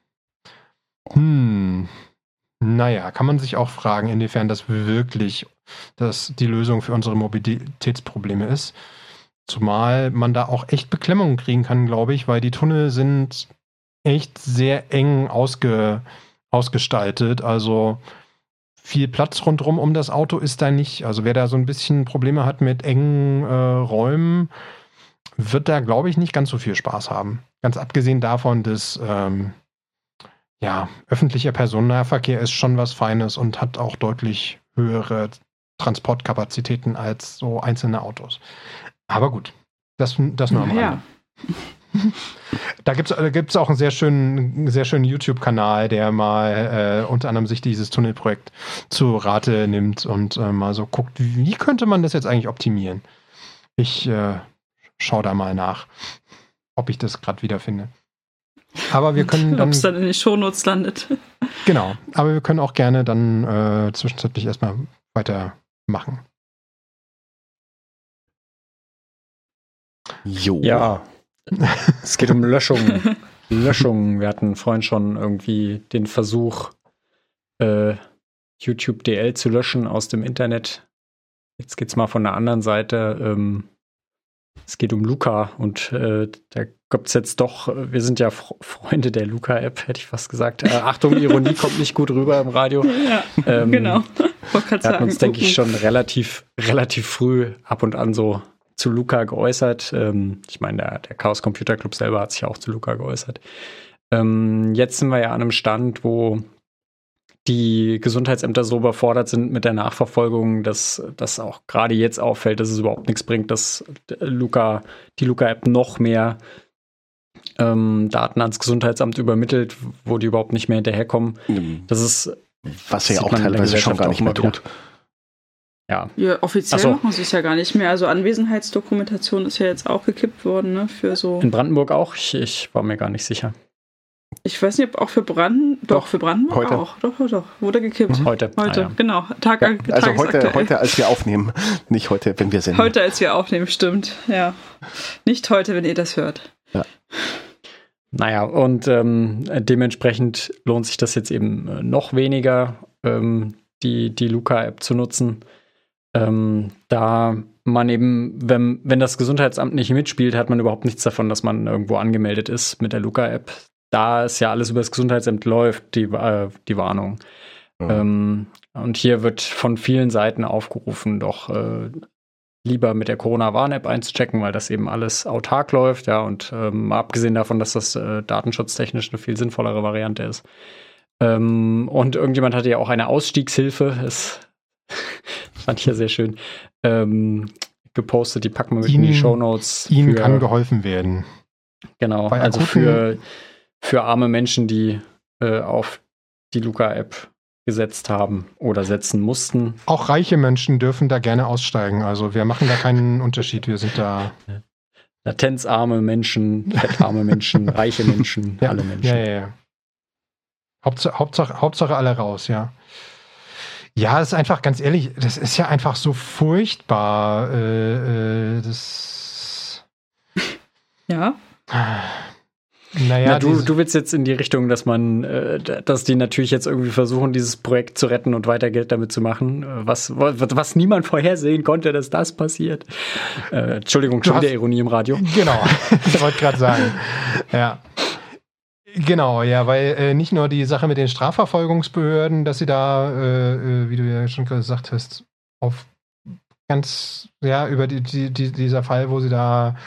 Hm. Naja, kann man sich auch fragen, inwiefern das wirklich das die Lösung für unsere Mobilitätsprobleme ist. Zumal man da auch echt Beklemmungen kriegen kann, glaube ich, weil die Tunnel sind echt sehr eng ausge, ausgestaltet. Also viel Platz rundherum um das Auto ist da nicht. Also wer da so ein bisschen Probleme hat mit engen äh, Räumen, wird da, glaube ich, nicht ganz so viel Spaß haben. Ganz abgesehen davon, dass ähm, ja, öffentlicher Personennahverkehr ist schon was Feines und hat auch deutlich höhere Transportkapazitäten als so einzelne Autos. Aber gut, das, das nur am Rande. Ja. Da gibt es da gibt's auch einen sehr schönen, sehr schönen YouTube-Kanal, der mal äh, unter anderem sich dieses Tunnelprojekt zu Rate nimmt und äh, mal so guckt, wie könnte man das jetzt eigentlich optimieren. Ich äh, schaue da mal nach, ob ich das gerade wiederfinde. Aber wir können dann... Ob es dann in den Shownotes landet. Genau, aber wir können auch gerne dann äh, zwischenzeitlich erstmal weitermachen. Jo. Ja. Es geht um Löschung. Löschung. Wir hatten vorhin schon irgendwie den Versuch, äh, YouTube D L zu löschen aus dem Internet. Jetzt geht's mal von der anderen Seite. Ähm, es geht um Luca und äh, da gibt's jetzt doch, wir sind ja Fre- Freunde der Luca-App, hätte ich fast gesagt. Äh, Achtung, Ironie kommt nicht gut rüber im Radio. Ja, ähm, genau. Wir hatten uns, denke ich, schon relativ, relativ früh ab und an so zu Luca geäußert. Ähm, ich meine, der, der Chaos Computer Club selber hat sich auch zu Luca geäußert. Ähm, jetzt sind wir ja an einem Stand, wo die Gesundheitsämter so überfordert sind mit der Nachverfolgung, dass das auch gerade jetzt auffällt, dass es überhaupt nichts bringt, dass Luca, die Luca-App noch mehr ähm, Daten ans Gesundheitsamt übermittelt, wo die überhaupt nicht mehr hinterherkommen. Das ist, was er ja auch teilweise schon gar nicht mehr tut. Ja. Ja, offiziell so. machen sie es ja gar nicht mehr. Also Anwesenheitsdokumentation ist ja jetzt auch gekippt worden, ne? Für so. In Brandenburg auch? Ich, ich war mir gar nicht sicher. Ich weiß nicht, ob auch für Brandenburg. Doch, doch, für Brandenburg heute. auch. Doch, doch, doch. Wurde gekippt. Mhm. Heute. Heute, ah, ja. genau. Tag, Ja, also heute, tagesaktuell. heute, als wir aufnehmen. Nicht heute, wenn wir senden. Heute, als wir aufnehmen, stimmt. Ja. Nicht heute, wenn ihr das hört. Ja. Naja, und ähm, dementsprechend lohnt sich das jetzt eben noch weniger, ähm, die, die Luca-App zu nutzen. Ähm, da man eben, wenn, wenn das Gesundheitsamt nicht mitspielt, hat man überhaupt nichts davon, dass man irgendwo angemeldet ist mit der Luca-App. Da es ja alles über das Gesundheitsamt läuft, die, äh, die Warnung. Mhm. Ähm, und hier wird von vielen Seiten aufgerufen, doch äh, lieber mit der Corona-Warn-App einzuchecken, weil das eben alles autark läuft, ja, und ähm, abgesehen davon, dass das äh, datenschutztechnisch eine viel sinnvollere Variante ist. Ähm, und irgendjemand hatte ja auch eine Ausstiegshilfe, das fand ich ja sehr schön, ähm, gepostet, die packen wir mit Ihnen, in die Shownotes. Ihnen für, kann geholfen werden. Genau, Bei also akuten- für, für arme Menschen, die äh, auf die Luca-App gesetzt haben oder setzen mussten. Auch reiche Menschen dürfen da gerne aussteigen. Also wir machen da keinen Unterschied. Wir sind da... Latenzarme Menschen, fettarme Menschen, reiche Menschen, Ja, alle Menschen. ja, ja, ja. Hauptsache, Hauptsache, Hauptsache alle raus, ja. Ja, das ist einfach, ganz ehrlich, das ist ja einfach so furchtbar. Äh, äh, das... Ja. Naja, Ja, du, diese- du willst jetzt in die Richtung, dass man, äh, dass die natürlich jetzt irgendwie versuchen, dieses Projekt zu retten und weiter Geld damit zu machen, äh, was, was, was niemand vorhersehen konnte, dass das passiert. Äh, Entschuldigung, Du schon hast- wieder Ironie im Radio. Genau, ich wollte gerade sagen. Ja. Genau, ja, weil äh, nicht nur die Sache mit den Strafverfolgungsbehörden, dass sie da, äh, äh, wie du ja schon gesagt hast, auf ganz, ja, über die, die, die, dieser Fall, wo sie da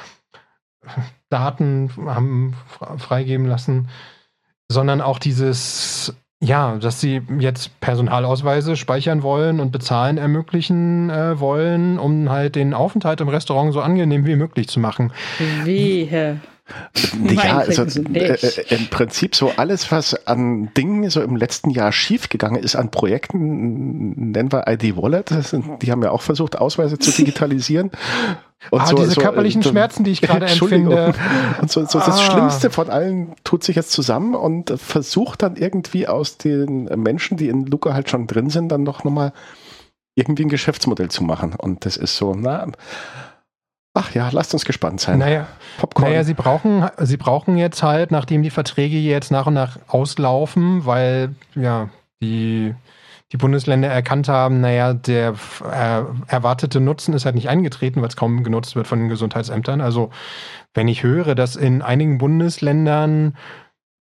Daten haben freigeben lassen, sondern auch dieses, ja, dass sie jetzt Personalausweise speichern wollen und bezahlen ermöglichen äh, wollen, um halt den Aufenthalt im Restaurant so angenehm wie möglich zu machen. Wehe. Ja, also Mein äh, Gott, nicht. äh, im Prinzip so alles, was an Dingen so im letzten Jahr schiefgegangen ist, an Projekten, nennen wir I D Wallet, das sind, die haben ja auch versucht, Ausweise zu digitalisieren. Und ah, so, diese so, körperlichen so, Schmerzen, die ich gerade Entschuldigung. empfinde. Und so, so das Ah. Schlimmste von allen tut sich jetzt zusammen und versucht dann irgendwie aus den Menschen, die in Luca halt schon drin sind, dann doch nochmal irgendwie ein Geschäftsmodell zu machen. Und das ist so, na, ach ja, lasst uns gespannt sein. Naja, Popcorn. naja, sie brauchen, sie brauchen jetzt halt, nachdem die Verträge jetzt nach und nach auslaufen, weil ja die, die Bundesländer erkannt haben, naja, der äh, erwartete Nutzen ist halt nicht eingetreten, weil es kaum genutzt wird von den Gesundheitsämtern. Also wenn ich höre, dass in einigen Bundesländern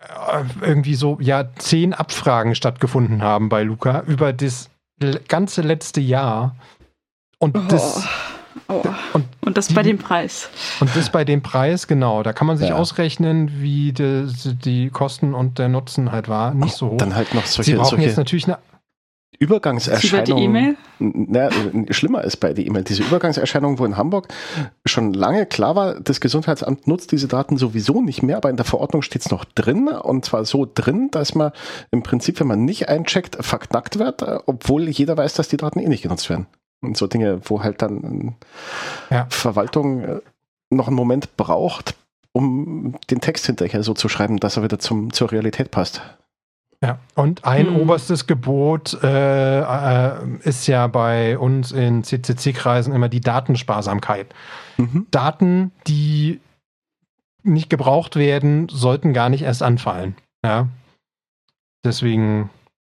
irgendwie so, ja, zehn Abfragen stattgefunden haben bei Luca über das ganze letzte Jahr. Und Oh. das, Oh. und, Und das die, bei dem Preis. und das bei dem Preis, genau. Da kann man sich Ja. ausrechnen, wie die, die Kosten und der Nutzen halt war. Nicht so hoch. Dann halt noch Sie solche, brauchen jetzt solche natürlich eine. Über die Übergangserscheinungen. E-Mail? Na, schlimmer ist bei der E-Mail diese Übergangserscheinung, wo in Hamburg schon lange klar war, das Gesundheitsamt nutzt diese Daten sowieso nicht mehr, aber in der Verordnung steht es noch drin, und zwar so drin, dass man im Prinzip, wenn man nicht eincheckt, verknackt wird, obwohl jeder weiß, dass die Daten eh nicht genutzt werden. Und so Dinge, wo halt dann Ja. Verwaltung noch einen Moment braucht, um den Text hinterher so zu schreiben, dass er wieder zum, zur Realität passt. Ja, und ein Hm. oberstes Gebot äh, äh, ist ja bei uns in C C C-Kreisen immer die Datensparsamkeit. Mhm. Daten, die nicht gebraucht werden, sollten gar nicht erst anfallen. Ja. Deswegen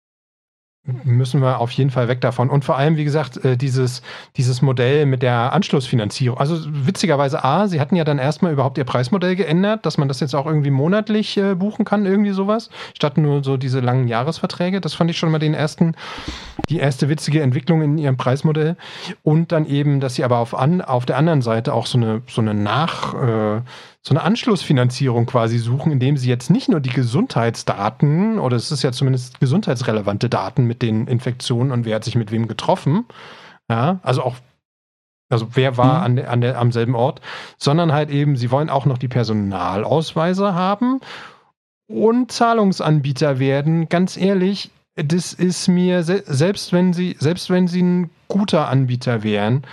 müssen wir auf jeden Fall weg davon. Und vor allem, wie gesagt, äh, dieses, dieses Modell mit der Anschlussfinanzierung. Also witzigerweise, A, sie hatten ja dann erstmal überhaupt ihr Preismodell geändert, dass man das jetzt auch irgendwie monatlich äh, buchen kann, irgendwie sowas, statt nur so diese langen Jahresverträge. Das fand ich schon mal den ersten, die erste witzige Entwicklung in ihrem Preismodell. Und dann eben, dass sie aber auf, an, auf der anderen Seite auch so eine, so eine Nach... Äh, so eine Anschlussfinanzierung quasi suchen, indem sie jetzt nicht nur die Gesundheitsdaten, oder es ist ja zumindest gesundheitsrelevante Daten mit den Infektionen und wer hat sich mit wem getroffen, ja, also auch, also wer war Mhm. an der, an der, am selben Ort, sondern halt eben, sie wollen auch noch die Personalausweise haben und Zahlungsanbieter werden. Ganz ehrlich, das ist mir, se- selbst wenn sie, selbst wenn sie ein guter Anbieter wären,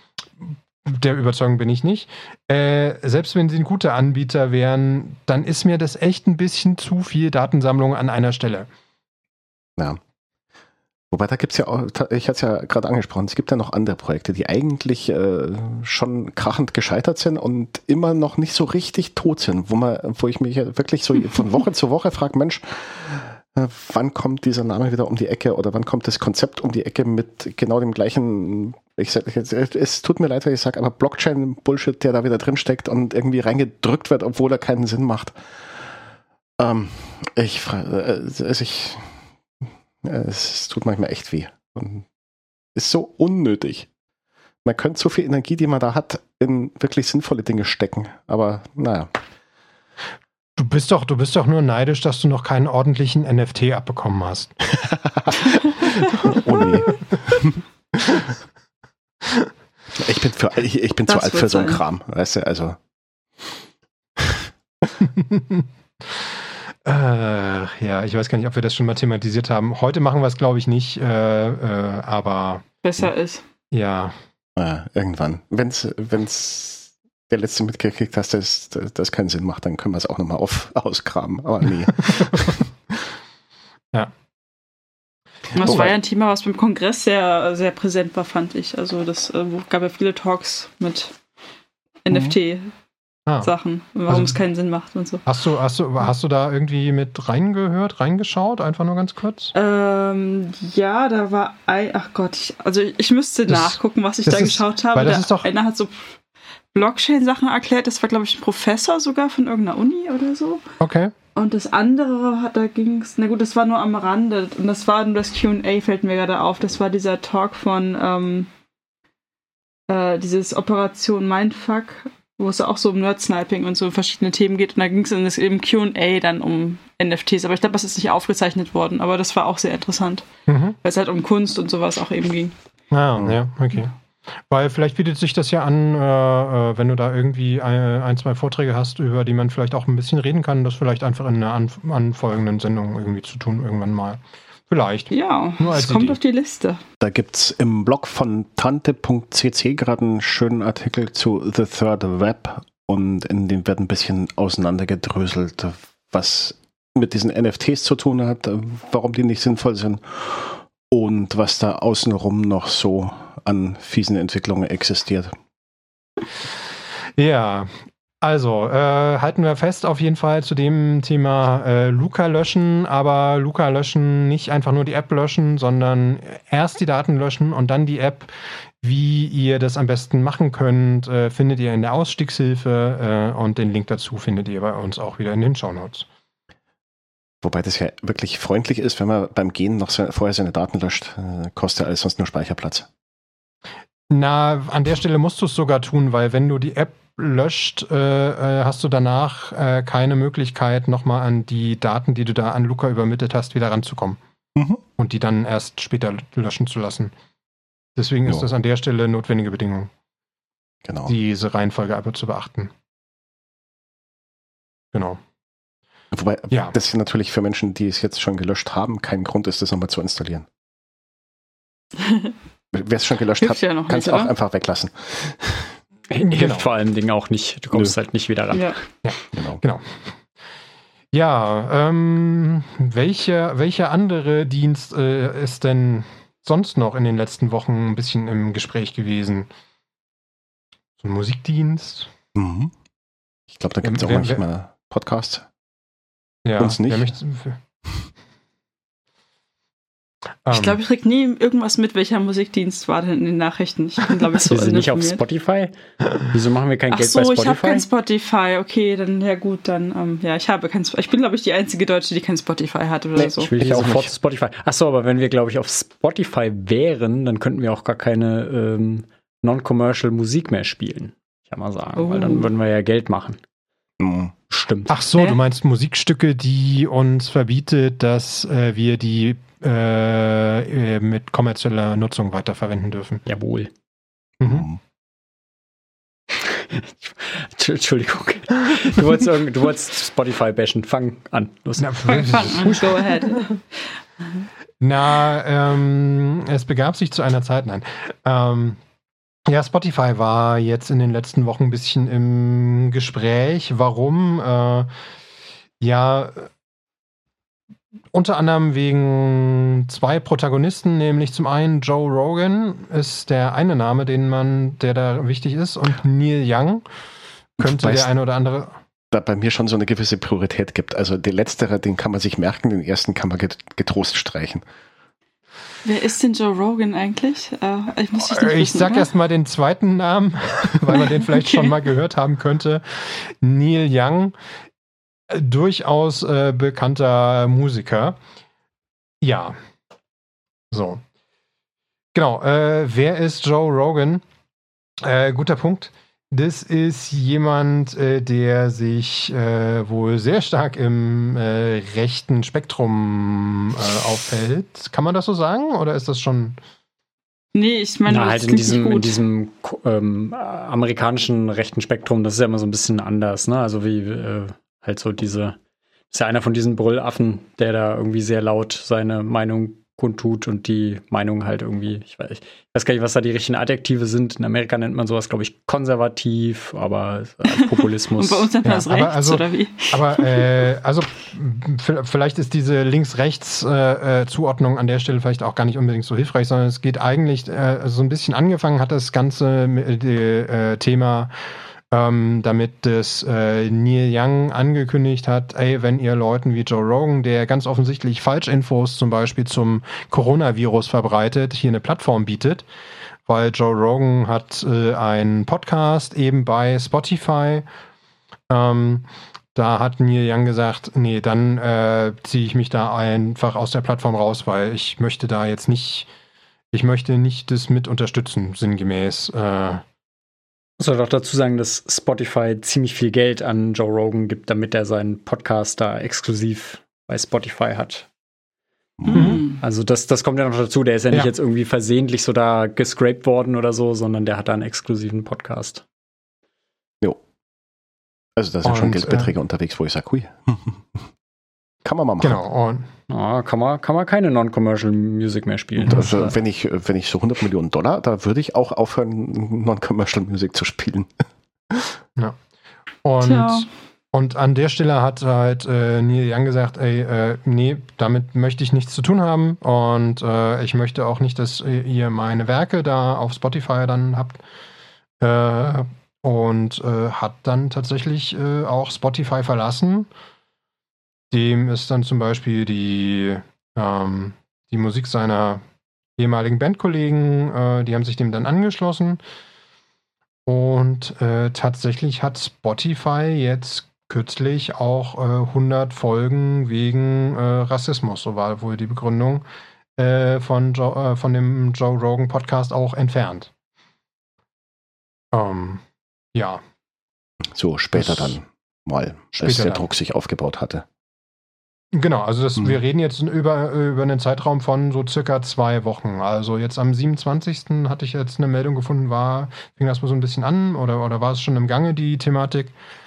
der Überzeugung bin ich nicht. Äh, selbst wenn sie ein guter Anbieter wären, dann ist mir das echt ein bisschen zu viel Datensammlung an einer Stelle. Ja. Wobei, da gibt es ja auch, ich hatte es ja gerade angesprochen, es gibt ja noch andere Projekte, die eigentlich äh, schon krachend gescheitert sind und immer noch nicht so richtig tot sind, wo man, wo ich mich ja wirklich so von Woche zu Woche frage, Mensch, äh, wann kommt dieser Name wieder um die Ecke oder wann kommt das Konzept um die Ecke mit genau dem gleichen, ich sag, es tut mir leid, wenn ich sage, aber Blockchain-Bullshit, der da wieder drin steckt und irgendwie reingedrückt wird, obwohl er keinen Sinn macht. Ähm, ich frage, also ich Es tut manchmal echt weh. Und ist so unnötig. Man könnte so viel Energie, die man da hat, in wirklich sinnvolle Dinge stecken. Aber naja. Du bist doch, du bist doch nur neidisch, dass du noch keinen ordentlichen N F T abbekommen hast. Oh nee. Ich bin, für, ich, ich bin zu Das alt wird für so einen sein. Kram. Weißt du, also. äh, ja, ich weiß gar nicht, ob wir das schon mal thematisiert haben. Heute machen wir es, glaube ich, nicht, äh, äh, aber Besser ist. ja. Ja, irgendwann. Wenn es der letzte mitgekriegt hast, dass das keinen Sinn macht, dann können wir es auch nochmal auf, ausgraben. Aber nee. Ja. Und das Wobei- war ja ein Thema, was beim Kongress sehr, sehr präsent war, fand ich. Also das äh, gab ja viele Talks mit N F T-Sachen, Ah. warum Also- es keinen Sinn macht und so. Hast du, hast du, hast du da irgendwie mit reingehört, reingeschaut? Einfach nur ganz kurz? Ähm, ja, da war ein, ach Gott, ich, also ich müsste Das- nachgucken, was ich das da ist- geschaut habe. weil das Da, ist doch- einer hat so Blockchain-Sachen erklärt, das war, glaube ich, ein Professor sogar von irgendeiner Uni oder so. Okay. Und das andere, hat, da ging es, na gut, das war nur am Rande. Und das war nur das Q und A, fällt mir gerade auf. Das war dieser Talk von ähm, äh, dieses Operation Mindfuck, wo es auch so um Nerd-Sniping und so verschiedene Themen geht. Und da ging es in das im Q und A dann um N F Ts. Aber ich glaube, das ist nicht aufgezeichnet worden. Aber das war auch sehr interessant, Mhm. weil es halt um Kunst und sowas auch eben ging. Ah, ja, okay. Weil vielleicht bietet sich das ja an, äh, äh, wenn du da irgendwie ein, ein, zwei Vorträge hast, über die man vielleicht auch ein bisschen reden kann, das vielleicht einfach in einer an, anfolgenden Sendung irgendwie zu tun, irgendwann mal. Vielleicht. Ja, Nur als es kommt Idee. auf die Liste. Da gibt es im Blog von tante punkt c c gerade einen schönen Artikel zu The Third Web und in dem wird ein bisschen auseinandergedröselt, was mit diesen N F Ts zu tun hat, warum die nicht sinnvoll sind und was da außenrum noch so an fiesen Entwicklungen existiert. Ja, also äh, halten wir fest auf jeden Fall zu dem Thema äh, Luca löschen, aber Luca löschen, nicht einfach nur die App löschen, sondern erst die Daten löschen und dann die App. Wie ihr das am besten machen könnt, äh, findet ihr in der Ausstiegshilfe äh, und den Link dazu findet ihr bei uns auch wieder in den Shownotes. Wobei das ja wirklich freundlich ist, wenn man beim Gehen noch se- vorher seine Daten löscht. Äh, kostet ja alles sonst nur Speicherplatz. Na, an der Stelle musst du es sogar tun, weil wenn du die App löscht, äh, äh, hast du danach äh, keine Möglichkeit, nochmal an die Daten, die du da an Luca übermittelt hast, wieder ranzukommen. Mhm. Und die dann erst später löschen zu lassen. Deswegen ist Jo. das an der Stelle notwendige Bedingung, Genau. diese Reihenfolge aber zu beachten. Genau. Wobei Ja. das natürlich für Menschen, die es jetzt schon gelöscht haben, kein Grund ist, das nochmal zu installieren. Wer es schon gelöscht Hilft hat, ja noch kann es nicht, auch oder? einfach weglassen. Hilft Genau. vor allem Dingen auch nicht. Du kommst Nö. halt nicht wieder ran. Ja. Genau. Genau. Ja, ähm, welcher, welcher andere Dienst äh, ist denn sonst noch in den letzten Wochen ein bisschen im Gespräch gewesen? So ein Musikdienst? Mhm. Ich glaube, da gibt es auch Wer- wer- manchmal Podcasts. Ja, Uns nicht. wer möchte- Ich Ähm, glaube, ich krieg nie irgendwas mit, welcher Musikdienst war denn in den Nachrichten. Ich bin, glaube ich, so Wir sind nicht auf uninformiert. Spotify. Wieso machen wir kein Ach Geld so, bei ich Spotify? habe kein Spotify. Okay, dann, ja gut, dann, ähm, ja, ich habe kein Spotify. Ich bin, glaube ich, die einzige Deutsche, die kein Spotify hat oder Nee, so. Ich will Ich hier auch sofort nicht. zu Spotify. Achso, aber wenn wir, glaube ich, auf Spotify wären, dann könnten wir auch gar keine ähm, Non-Commercial Musik mehr spielen. Ich kann mal sagen, Oh. weil dann würden wir ja Geld machen. Mhm. Stimmt. Ach so, Hä? du meinst Musikstücke, die uns verbietet, dass äh, wir die äh, äh, mit kommerzieller Nutzung weiterverwenden dürfen. Jawohl. Mhm. Mhm. Entschuldigung. Du wolltest, irgend- du wolltest Spotify bashen. Fang an. Los. Na, Fang, fang an, go ahead. Na, ähm, es begab sich zu einer Zeit, nein. Ähm, ja, Spotify war jetzt in den letzten Wochen ein bisschen im Gespräch. Warum? Äh, ja, unter anderem wegen zwei Protagonisten, nämlich zum einen Joe Rogan ist der eine Name, den man, der da wichtig ist, und Neil Young könnte Weißt- der eine oder andere. Da bei mir schon so eine gewisse Priorität gibt. Also der letztere, den kann man sich merken, den ersten kann man get- getrost streichen. Wer ist denn Joe Rogan eigentlich? Äh, ich muss dich nicht Ich wissen, sag oder? erst mal den zweiten Namen, weil man den vielleicht Okay. schon mal gehört haben könnte. Neil Young, äh, durchaus äh, bekannter Musiker. Ja. So. Genau. Äh, wer ist Joe Rogan? Äh, guter Punkt. Das ist jemand, äh, der sich äh, wohl sehr stark im äh, rechten Spektrum äh, aufhält. Kann man das so sagen? Oder ist das schon... Nee, ich meine, Na, das halt in klingt nicht diesem, in gut. diesem ähm, amerikanischen rechten Spektrum, das ist ja immer so ein bisschen anders, ne? Also wie äh, halt so diese, ist ja einer von diesen Brüllaffen, der da irgendwie sehr laut seine Meinung kundtut und die Meinung halt irgendwie, ich weiß, ich weiß gar nicht, was da die richtigen Adjektive sind. In Amerika nennt man sowas, glaube ich, konservativ, aber äh, Populismus. Und bei uns nennt man Ja, das aber rechts, also- oder wie? Aber äh, also v- vielleicht ist diese Links-Rechts-Zuordnung an der Stelle vielleicht auch gar nicht unbedingt so hilfreich, sondern es geht eigentlich äh, so ein bisschen angefangen hat das ganze äh, Thema ähm, damit das äh, Neil Young angekündigt hat, ey, wenn ihr Leuten wie Joe Rogan, der ganz offensichtlich Falschinfos zum Beispiel zum Coronavirus verbreitet, hier eine Plattform bietet, weil Joe Rogan hat äh, einen Podcast eben bei Spotify. Ähm, da hat Neil Young gesagt, nee, dann äh, ziehe ich mich da einfach aus der Plattform raus, weil ich möchte da jetzt nicht, ich möchte nicht das mit unterstützen, sinngemäß. Äh, Ich soll doch dazu sagen, dass Spotify ziemlich viel Geld an Joe Rogan gibt, damit er seinen Podcast da exklusiv bei Spotify hat. Mhm. Also das, das kommt ja noch dazu. Der ist ja nicht Ja. jetzt irgendwie versehentlich so da gescraped worden oder so, sondern der hat da einen exklusiven Podcast. Also da sind schon Und, Geldbeträge unterwegs, wo ich sage, hui, kann man mal machen. genau, und Ah, kann man, kann man keine Non-Commercial Music mehr spielen. Also, wenn ich, wenn ich so hundert Millionen Dollar, da würde ich auch aufhören, Non-Commercial Music zu spielen. Und, Tja. und an der Stelle hat halt äh, Neil Young gesagt, ey, äh, nee, damit möchte ich nichts zu tun haben und äh, ich möchte auch nicht, dass ihr meine Werke da auf Spotify dann habt. Äh, und äh, hat dann tatsächlich äh, auch Spotify verlassen. Dem ist dann zum Beispiel die, ähm, die Musik seiner ehemaligen Bandkollegen, äh, die haben sich dem dann angeschlossen. Und äh, tatsächlich hat Spotify jetzt kürzlich auch äh, hundert Folgen wegen äh, Rassismus, so war wohl die Begründung, äh, von, Joe, äh, von dem Joe Rogan Podcast auch entfernt. Ähm, ja. So, später Das dann mal, später als der dann. Druck sich aufgebaut hatte. Genau, also das, Hm. wir reden jetzt über, über einen Zeitraum von so circa zwei Wochen. Also jetzt am siebenundzwanzigsten hatte ich jetzt eine Meldung gefunden, war, fing das mal so ein bisschen an oder, oder war es schon im Gange, die Thematik.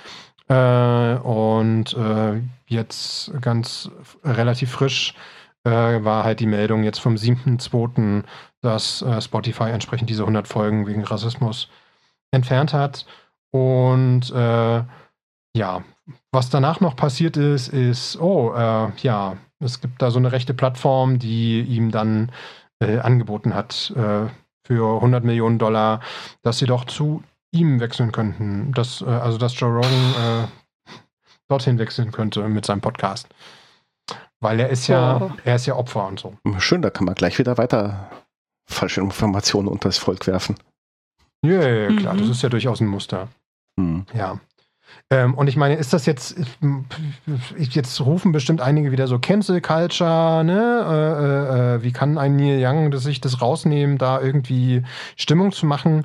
Äh, und äh, jetzt ganz f- relativ frisch äh, war halt die Meldung jetzt vom siebten zweiten, dass äh, Spotify entsprechend diese hundert Folgen wegen Rassismus entfernt hat. Und äh, ja, was danach noch passiert ist, ist, oh, äh, ja, es gibt da so eine rechte Plattform, die ihm dann äh, angeboten hat, äh, für hundert Millionen Dollar, dass sie doch zu ihm wechseln könnten. Dass, äh, also, dass Joe Rogan äh, dorthin wechseln könnte mit seinem Podcast. Weil er ist ja, Oh. er ist ja Opfer und so. Schön, da kann man gleich wieder weiter falsche Informationen unter das Volk werfen. Ja, ja, ja, klar, Mhm. das ist ja durchaus ein Muster. Hm. Ja. Ähm, und ich meine, ist das jetzt, ich, jetzt rufen bestimmt einige wieder so Cancel Culture, ne? Äh, äh, wie kann ein Neil Young das, sich das rausnehmen, da irgendwie Stimmung zu machen?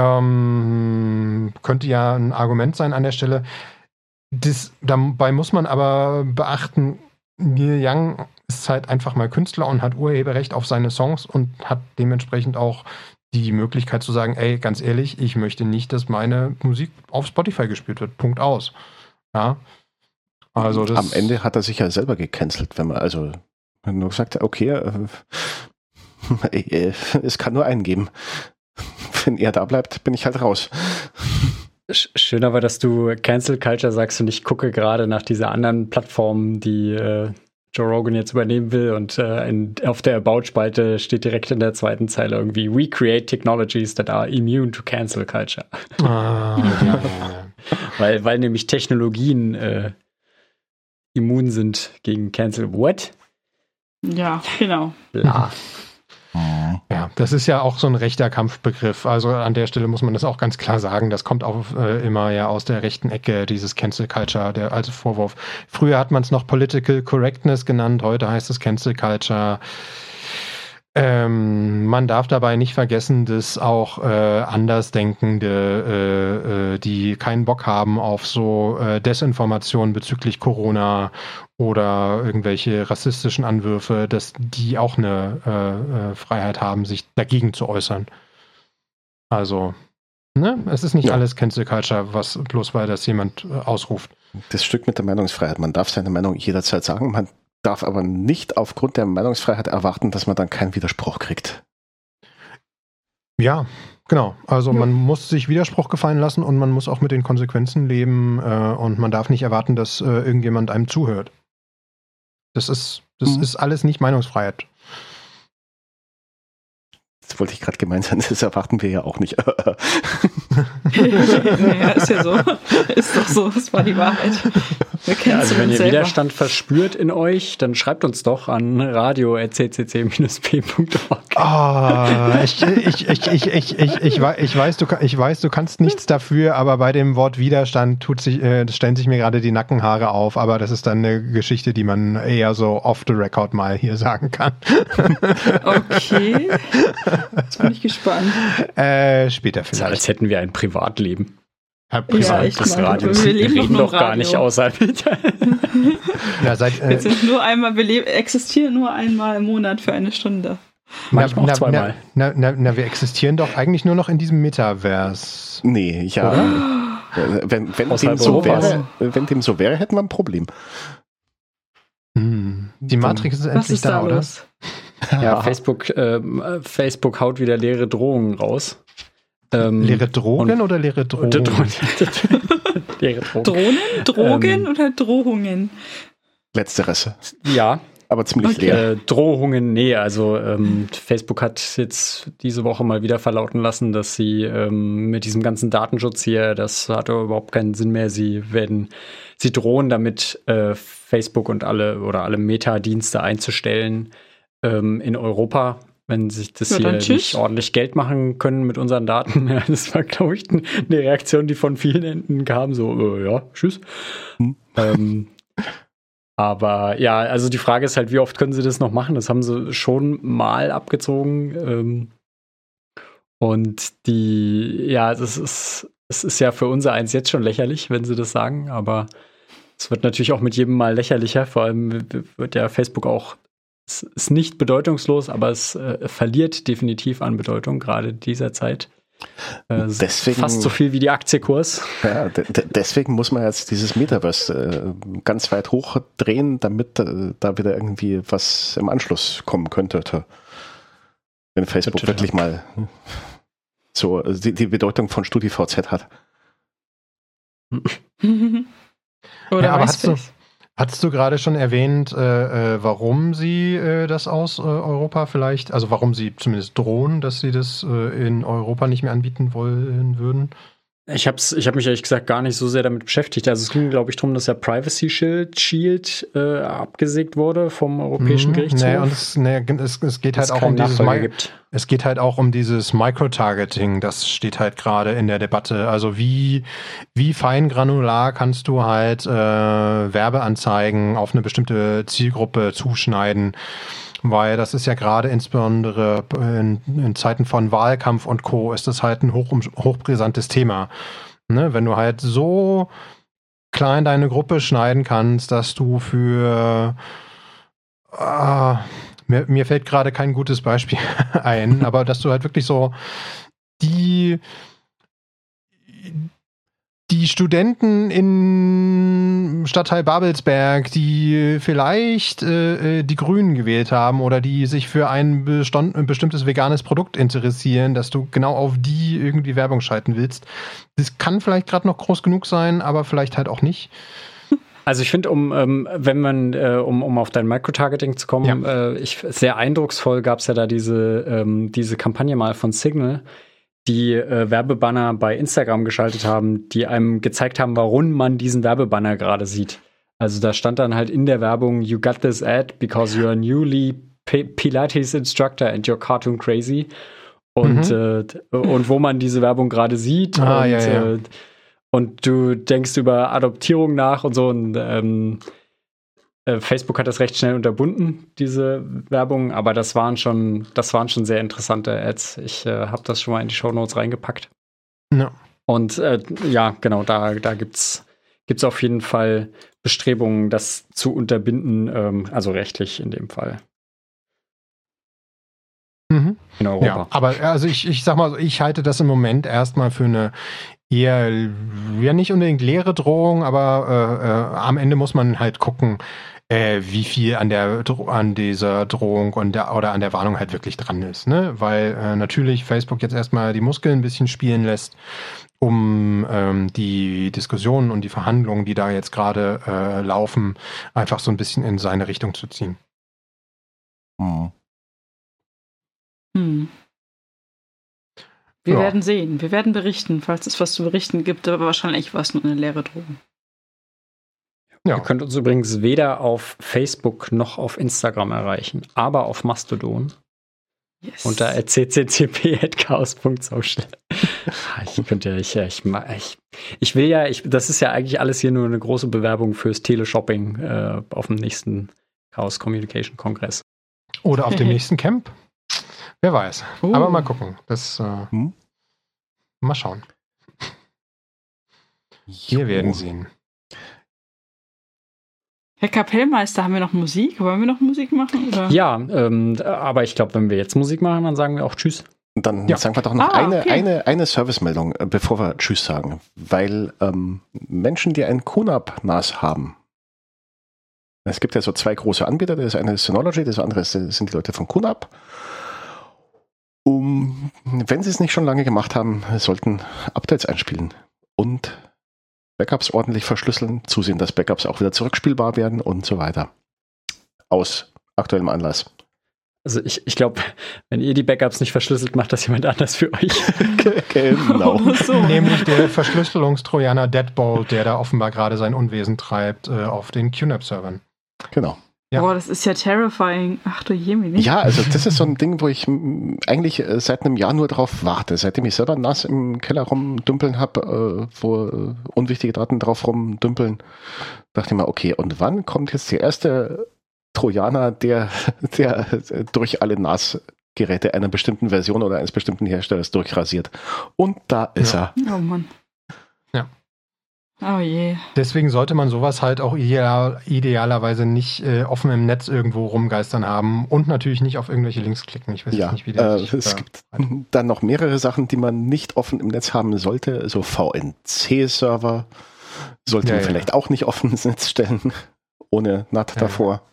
Ähm, könnte ja ein Argument sein an der Stelle. Das, dabei muss man aber beachten, Neil Young ist halt einfach mal Künstler und hat Urheberrecht auf seine Songs und hat dementsprechend auch die Möglichkeit zu sagen, ey, ganz ehrlich, ich möchte nicht, dass meine Musik auf Spotify gespielt wird. Punkt aus. Ja. Also das Am Ende hat er sich ja selber gecancelt, wenn man also nur gesagt hat, okay, äh, äh, es kann nur einen geben. Wenn er da bleibt, bin ich halt raus. Sch- Schön aber, dass du Cancel Culture sagst und ich gucke gerade nach dieser anderen Plattform, die äh, Joe Rogan jetzt übernehmen will und äh, in, auf der About-Spalte steht direkt in der zweiten Zeile irgendwie We create technologies that are immune to cancel culture. Ah, ja, ja, ja. weil, weil nämlich Technologien äh, immun sind gegen Cancel. What? Ja, genau. Bla. Ja, das ist ja auch so ein rechter Kampfbegriff. Also an der Stelle muss man das auch ganz klar sagen. Das kommt auch äh, immer ja aus der rechten Ecke, dieses Cancel Culture, der alte Vorwurf. Früher hat man es noch Political Correctness genannt, heute heißt es Cancel Culture. Ähm, man darf dabei nicht vergessen, dass auch äh, Andersdenkende, äh, äh, die keinen Bock haben auf so äh, Desinformation bezüglich Corona oder irgendwelche rassistischen Anwürfe, dass die auch eine äh, äh, Freiheit haben, sich dagegen zu äußern. Also, ne, es ist nicht Ja. alles Cancel Culture, was bloß weil das jemand äh, ausruft. Das Stück mit der Meinungsfreiheit. Man darf seine Meinung jederzeit sagen, man darf aber nicht aufgrund der Meinungsfreiheit erwarten, dass man dann keinen Widerspruch kriegt. Ja, genau. Also Ja. man muss sich Widerspruch gefallen lassen und man muss auch mit den Konsequenzen leben äh, und man darf nicht erwarten, dass äh, irgendjemand einem zuhört. Das ist, das Mhm. ist alles nicht Meinungsfreiheit. Das wollte ich gerade gemeint sein, das erwarten wir ja auch nicht. Naja, ist ja so. Ist doch so, das war die Wahrheit. Wir kennen Ja, also wenn uns ihr selber. Widerstand verspürt in euch, dann schreibt uns doch an radio at c c c bindestrich p punkt org. Ah, ich, ich, ich, ich, ich, ich, ich, wei- ich, weiß, du, ka- ich weiß, du kannst nichts dafür, aber bei dem Wort Widerstand tut sich, äh, stellen sich mir gerade die Nackenhaare auf, aber das ist dann eine Geschichte, die man eher so off the record mal hier sagen kann. Okay. Jetzt bin ich gespannt. Äh, später So, vielleicht. als hätten wir ein Privatleben. Ja, Ja, ich des meine, Radios. wir Wir leben doch reden nur doch im gar Radio. nicht außerhalb. ja, seit, Wir äh, sind nur einmal, wir leben, existieren nur einmal im Monat für eine Stunde. Manchmal na, auch zweimal. Na, na, na, wir existieren doch eigentlich nur noch in diesem Metaverse. Nee, ja. Äh, Wenn, wenn, Außerhalb dem so Europas. wäre, wenn dem so wäre, hätten wir ein Problem. Hm. Die Matrix ist Was endlich ist da, da oder? los? Ja, Facebook, ähm, äh, Facebook haut wieder leere Drohungen raus. Ähm, Leere Drogen und- oder leere Drogen? Dro- leere Drogen. Drohnen, Drogen Ähm. oder Drohungen? Letzteres. Ja, Aber ziemlich Okay. leer. äh, Drohungen, nee, also ähm, Facebook hat jetzt diese Woche mal wieder verlauten lassen, dass sie ähm, mit diesem ganzen Datenschutz hier, das hat überhaupt keinen Sinn mehr. Sie werden, sie drohen damit, äh, Facebook und alle oder alle Meta-Dienste einzustellen ähm, in Europa, wenn sich das Ja, hier dann tschüss. nicht ordentlich Geld machen können mit unseren Daten. Ja, das war, glaube ich, eine Reaktion, die von vielen Enden kam. So, äh, ja, tschüss. Hm. Ähm, aber ja, also die Frage ist halt, wie oft können sie das noch machen? Das haben sie schon mal abgezogen. Ähm, und die, ja, das ist, es ist ja für unser eins jetzt schon lächerlich, wenn sie das sagen, aber es wird natürlich auch mit jedem Mal lächerlicher. Vor allem wird ja Facebook auch, es ist nicht bedeutungslos, aber es äh, verliert definitiv an Bedeutung, gerade dieser Zeit. Äh, Deswegen, fast so viel wie die Aktienkurs. Ja, d- d- deswegen muss man jetzt dieses Metaverse äh, ganz weit hochdrehen, damit äh, da wieder irgendwie was im Anschluss kommen könnte. Wenn Facebook Bitte, wirklich ja. mal so äh, die, die Bedeutung von StudiVZ hat. Oder Ja, aber hast du, MySpace. Hattest du gerade schon erwähnt, äh, äh, warum sie äh, das aus äh, Europa vielleicht, also warum sie zumindest drohen, dass sie das äh, in Europa nicht mehr anbieten wollen würden? Ich habe ich hab mich ehrlich gesagt gar nicht so sehr damit beschäftigt. Also es ging, glaube ich, darum, dass der Privacy Shield, Shield äh, abgesägt wurde vom Europäischen Mhm. Gerichtshof. Nee, und es, nee, es, es geht Dass halt auch keinen um dieses Nachfolger Mi- gibt. Es geht halt auch um dieses Microtargeting, das steht halt gerade in der Debatte. Also wie, wie fein granular kannst du halt äh, Werbeanzeigen auf eine bestimmte Zielgruppe zuschneiden? Weil das ist ja gerade insbesondere in, in Zeiten von Wahlkampf und Co. ist das halt ein hoch, hochbrisantes Thema. Ne? Wenn du halt so klein deine Gruppe schneiden kannst, dass du für äh, mir, mir fällt gerade kein gutes Beispiel ein, aber dass du halt wirklich so die die Studenten in Stadtteil Babelsberg, die vielleicht äh, die Grünen gewählt haben oder die sich für ein, bestand, ein bestimmtes veganes Produkt interessieren, dass du genau auf die irgendwie Werbung schalten willst. Das kann vielleicht gerade noch groß genug sein, aber vielleicht halt auch nicht. Also ich finde, um, ähm, wenn man, äh, um, um auf dein Microtargeting zu kommen, Ja. äh, ich, sehr eindrucksvoll gab es ja da diese, ähm, diese Kampagne mal von Signal, die äh, Werbebanner bei Instagram geschaltet haben, die einem gezeigt haben, warum man diesen Werbebanner gerade sieht. Also da stand dann halt in der Werbung, you got this ad because you're a newly P- Pilates instructor and you're cartoon crazy. Und, Mhm. äh, und wo man diese Werbung gerade sieht. Ah, und, ja, ja. Äh, und du denkst über Adoptierung nach und so. Und ähm, äh, Facebook hat das recht schnell unterbunden, diese Werbung, aber das waren schon, das waren schon sehr interessante Ads. Ich äh, habe das schon mal in die Shownotes reingepackt. Ja. Und äh, ja, genau, da, da gibt's gibt's auf jeden Fall Bestrebungen, das zu unterbinden, ähm, also rechtlich in dem Fall. Mhm. In Europa. Ja, aber also ich, ich sag mal so, ich halte das im Moment erstmal für eine eher, ja nicht unbedingt leere Drohung, aber äh, äh, am Ende muss man halt gucken, äh, wie viel an der an dieser Drohung und der, oder an der Warnung halt wirklich dran ist, ne? Weil äh, natürlich Facebook jetzt erstmal die Muskeln ein bisschen spielen lässt, um ähm, die Diskussionen und die Verhandlungen, die da jetzt gerade äh, laufen, einfach so ein bisschen in seine Richtung zu ziehen. Hm. Hm. Wir Ja. werden sehen. Wir werden berichten, falls es was zu berichten gibt, aber wahrscheinlich war es nur eine leere Drohung. Ja. Ihr könnt uns übrigens weder auf Facebook noch auf Instagram erreichen, aber auf Mastodon Yes. unter c c c p at chaos punkt social. Ich könnte, ich, ich, ich, ich will ja, ich, das ist ja eigentlich alles hier nur eine große Bewerbung fürs Teleshopping äh, auf dem nächsten Chaos Communication Kongress. Oder auf dem nächsten Camp. Wer weiß. Oh. Aber mal gucken. Das äh, Hm? mal schauen. Wir werden sehen. Herr Kapellmeister, haben wir noch Musik? Wollen wir noch Musik machen? Oder? Ja, ähm, aber ich glaube, wenn wir jetzt Musik machen, dann sagen wir auch Tschüss. Dann Ja. sagen wir doch noch Ah, eine, okay. eine, eine Servicemeldung, äh, bevor wir Tschüss sagen. Weil ähm, Menschen, die ein Q NAP-NAS haben, es gibt ja so zwei große Anbieter, das eine ist Synology, das andere ist, sind die Leute von Q NAP. Um, wenn sie es nicht schon lange gemacht haben, sollten Updates einspielen und Backups ordentlich verschlüsseln, zusehen, dass Backups auch wieder zurückspielbar werden und so weiter. Aus aktuellem Anlass. Also ich, ich glaube, wenn ihr die Backups nicht verschlüsselt, macht das jemand anders für euch. Genau. Oder so. Nämlich der Verschlüsselungstrojaner Deadbolt, der da offenbar gerade sein Unwesen treibt äh, auf den Q NAP-Servern. Genau. Ja. Boah, das ist ja terrifying. Ach du Jemini. Ja, also das ist so ein Ding, wo ich m, eigentlich äh, seit einem Jahr nur drauf warte. Seitdem ich selber nass im Keller rumdümpeln habe, äh, wo äh, unwichtige Daten drauf rumdümpeln, dachte ich mir, okay, und wann kommt jetzt der erste Trojaner, der, der durch alle NAS-Geräte einer bestimmten Version oder eines bestimmten Herstellers durchrasiert? Und da ist Ja. er. Oh Mann. Ja. Oh je. Deswegen sollte man sowas halt auch ideal, idealerweise nicht äh, offen im Netz irgendwo rumgeistern haben und natürlich nicht auf irgendwelche Links klicken. Ich weiß Ja, jetzt nicht, wie der äh, sich es da- gibt dann noch mehrere Sachen, die man nicht offen im Netz haben sollte. So V N C-Server sollte Ja, man ja. vielleicht auch nicht offen ins Netz stellen, ohne N A T Ja, davor.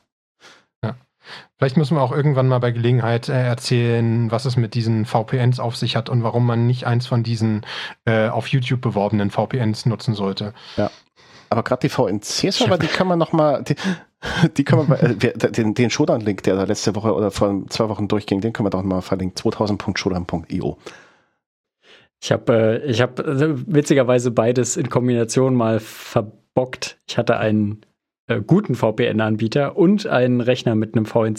Vielleicht müssen wir auch irgendwann mal bei Gelegenheit äh, erzählen, was es mit diesen V P Ns auf sich hat und warum man nicht eins von diesen äh, auf YouTube beworbenen V P Ns nutzen sollte. Aber gerade die V N C-Server, die kann man noch mal, die, die kann man, bei, äh, wer- den, den Shodan-Link, der da letzte Woche oder vor zwei Wochen durchging, den können wir doch mal verlinken, zweitausend punkt shodan punkt io. Ich habe äh, ich hab, äh, witzigerweise beides in Kombination mal verbockt. Ich hatte einen äh, guten V P N-Anbieter und einen Rechner mit einem V N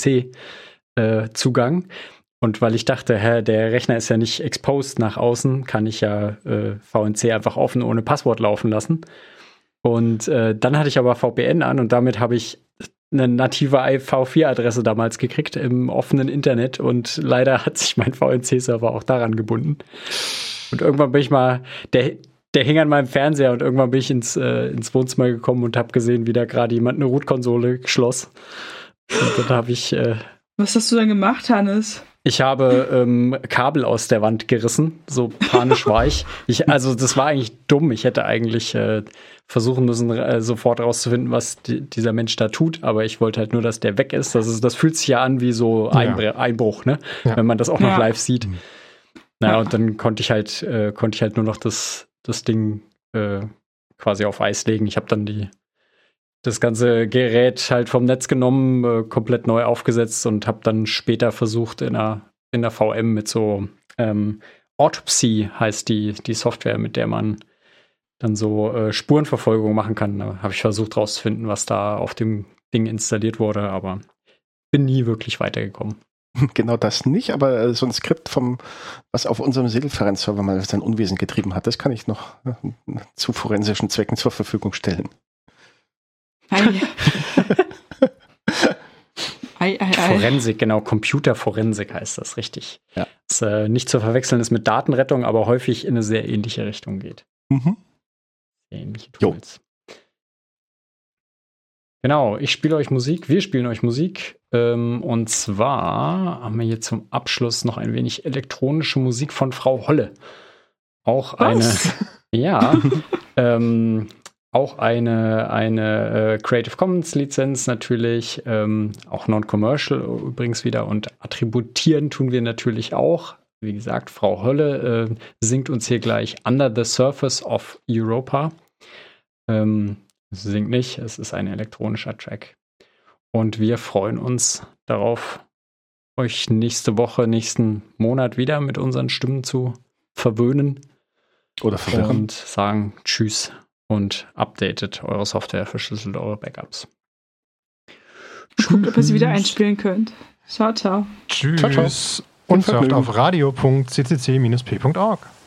C-Zugang. Und weil ich dachte, hä, der Rechner ist ja nicht exposed nach außen, kann ich ja äh, V N C einfach offen ohne Passwort laufen lassen. Und äh, dann hatte ich aber V P N an und damit habe ich eine native I P v vier Adresse damals gekriegt im offenen Internet und leider hat sich mein V N C-Server auch daran gebunden. Und irgendwann bin ich mal, der, der hing an meinem Fernseher und irgendwann bin ich ins, äh, ins Wohnzimmer gekommen und habe gesehen, wie da gerade jemand eine Root-Konsole schloss. Und dann habe ich, äh, Was hast du denn gemacht, Hannes? ich habe ähm, Kabel aus der Wand gerissen, so panisch war ich. ich. Also das war eigentlich dumm. Ich hätte eigentlich äh, versuchen müssen, äh, sofort rauszufinden, was die, dieser Mensch da tut. Aber ich wollte halt nur, dass der weg ist. Das, ist, das fühlt sich ja an wie so Einbr- Ja. Einbruch, ne? Ja. Wenn man das auch noch Ja. live sieht. Naja, Ja. und dann konnte ich halt, äh, konnte ich halt nur noch das, das Ding äh, quasi auf Eis legen. Ich habe dann die das ganze Gerät halt vom Netz genommen, äh, komplett neu aufgesetzt und habe dann später versucht in der, in der V M mit so ähm, Autopsy heißt die, die Software, mit der man dann so äh, Spurenverfolgung machen kann. Da habe ich versucht rauszufinden, was da auf dem Ding installiert wurde, aber bin nie wirklich weitergekommen. Genau das nicht, aber äh, so ein Skript vom, was auf unserem Segelverein-Server mal sein Unwesen getrieben hat, das kann ich noch äh, zu forensischen Zwecken zur Verfügung stellen. Ei. ei, ei, ei. Forensik, genau, Computerforensik heißt das, richtig. Ja. Das äh, nicht zu verwechseln ist mit Datenrettung, aber häufig in eine sehr ähnliche Richtung geht. Mhm. Sehr ähnliche Jo. Tools. Genau, ich spiele euch Musik, wir spielen euch Musik. Ähm, und zwar haben wir hier zum Abschluss noch ein wenig elektronische Musik von Frau Holle. Auch Was? eine, ja, ähm, auch eine, eine äh, Creative Commons Lizenz natürlich, ähm, auch Non-Commercial übrigens wieder und attributieren tun wir natürlich auch. Wie gesagt, Frau Holle äh, singt uns hier gleich Under the Surface of Europa. Ähm, sie singt nicht, es ist ein elektronischer Track. Und wir freuen uns darauf, euch nächste Woche, nächsten Monat wieder mit unseren Stimmen zu verwöhnen. Oder verwirren. Und sagen Tschüss und updatet eure Software, verschlüsselt eure Backups. Guckt, ob ihr sie wieder einspielen könnt. Ciao, ciao. Tschüss. Ciao, ciao. Und Und surft Vergnügen. auf radio punkt c c c bindestrich p punkt org.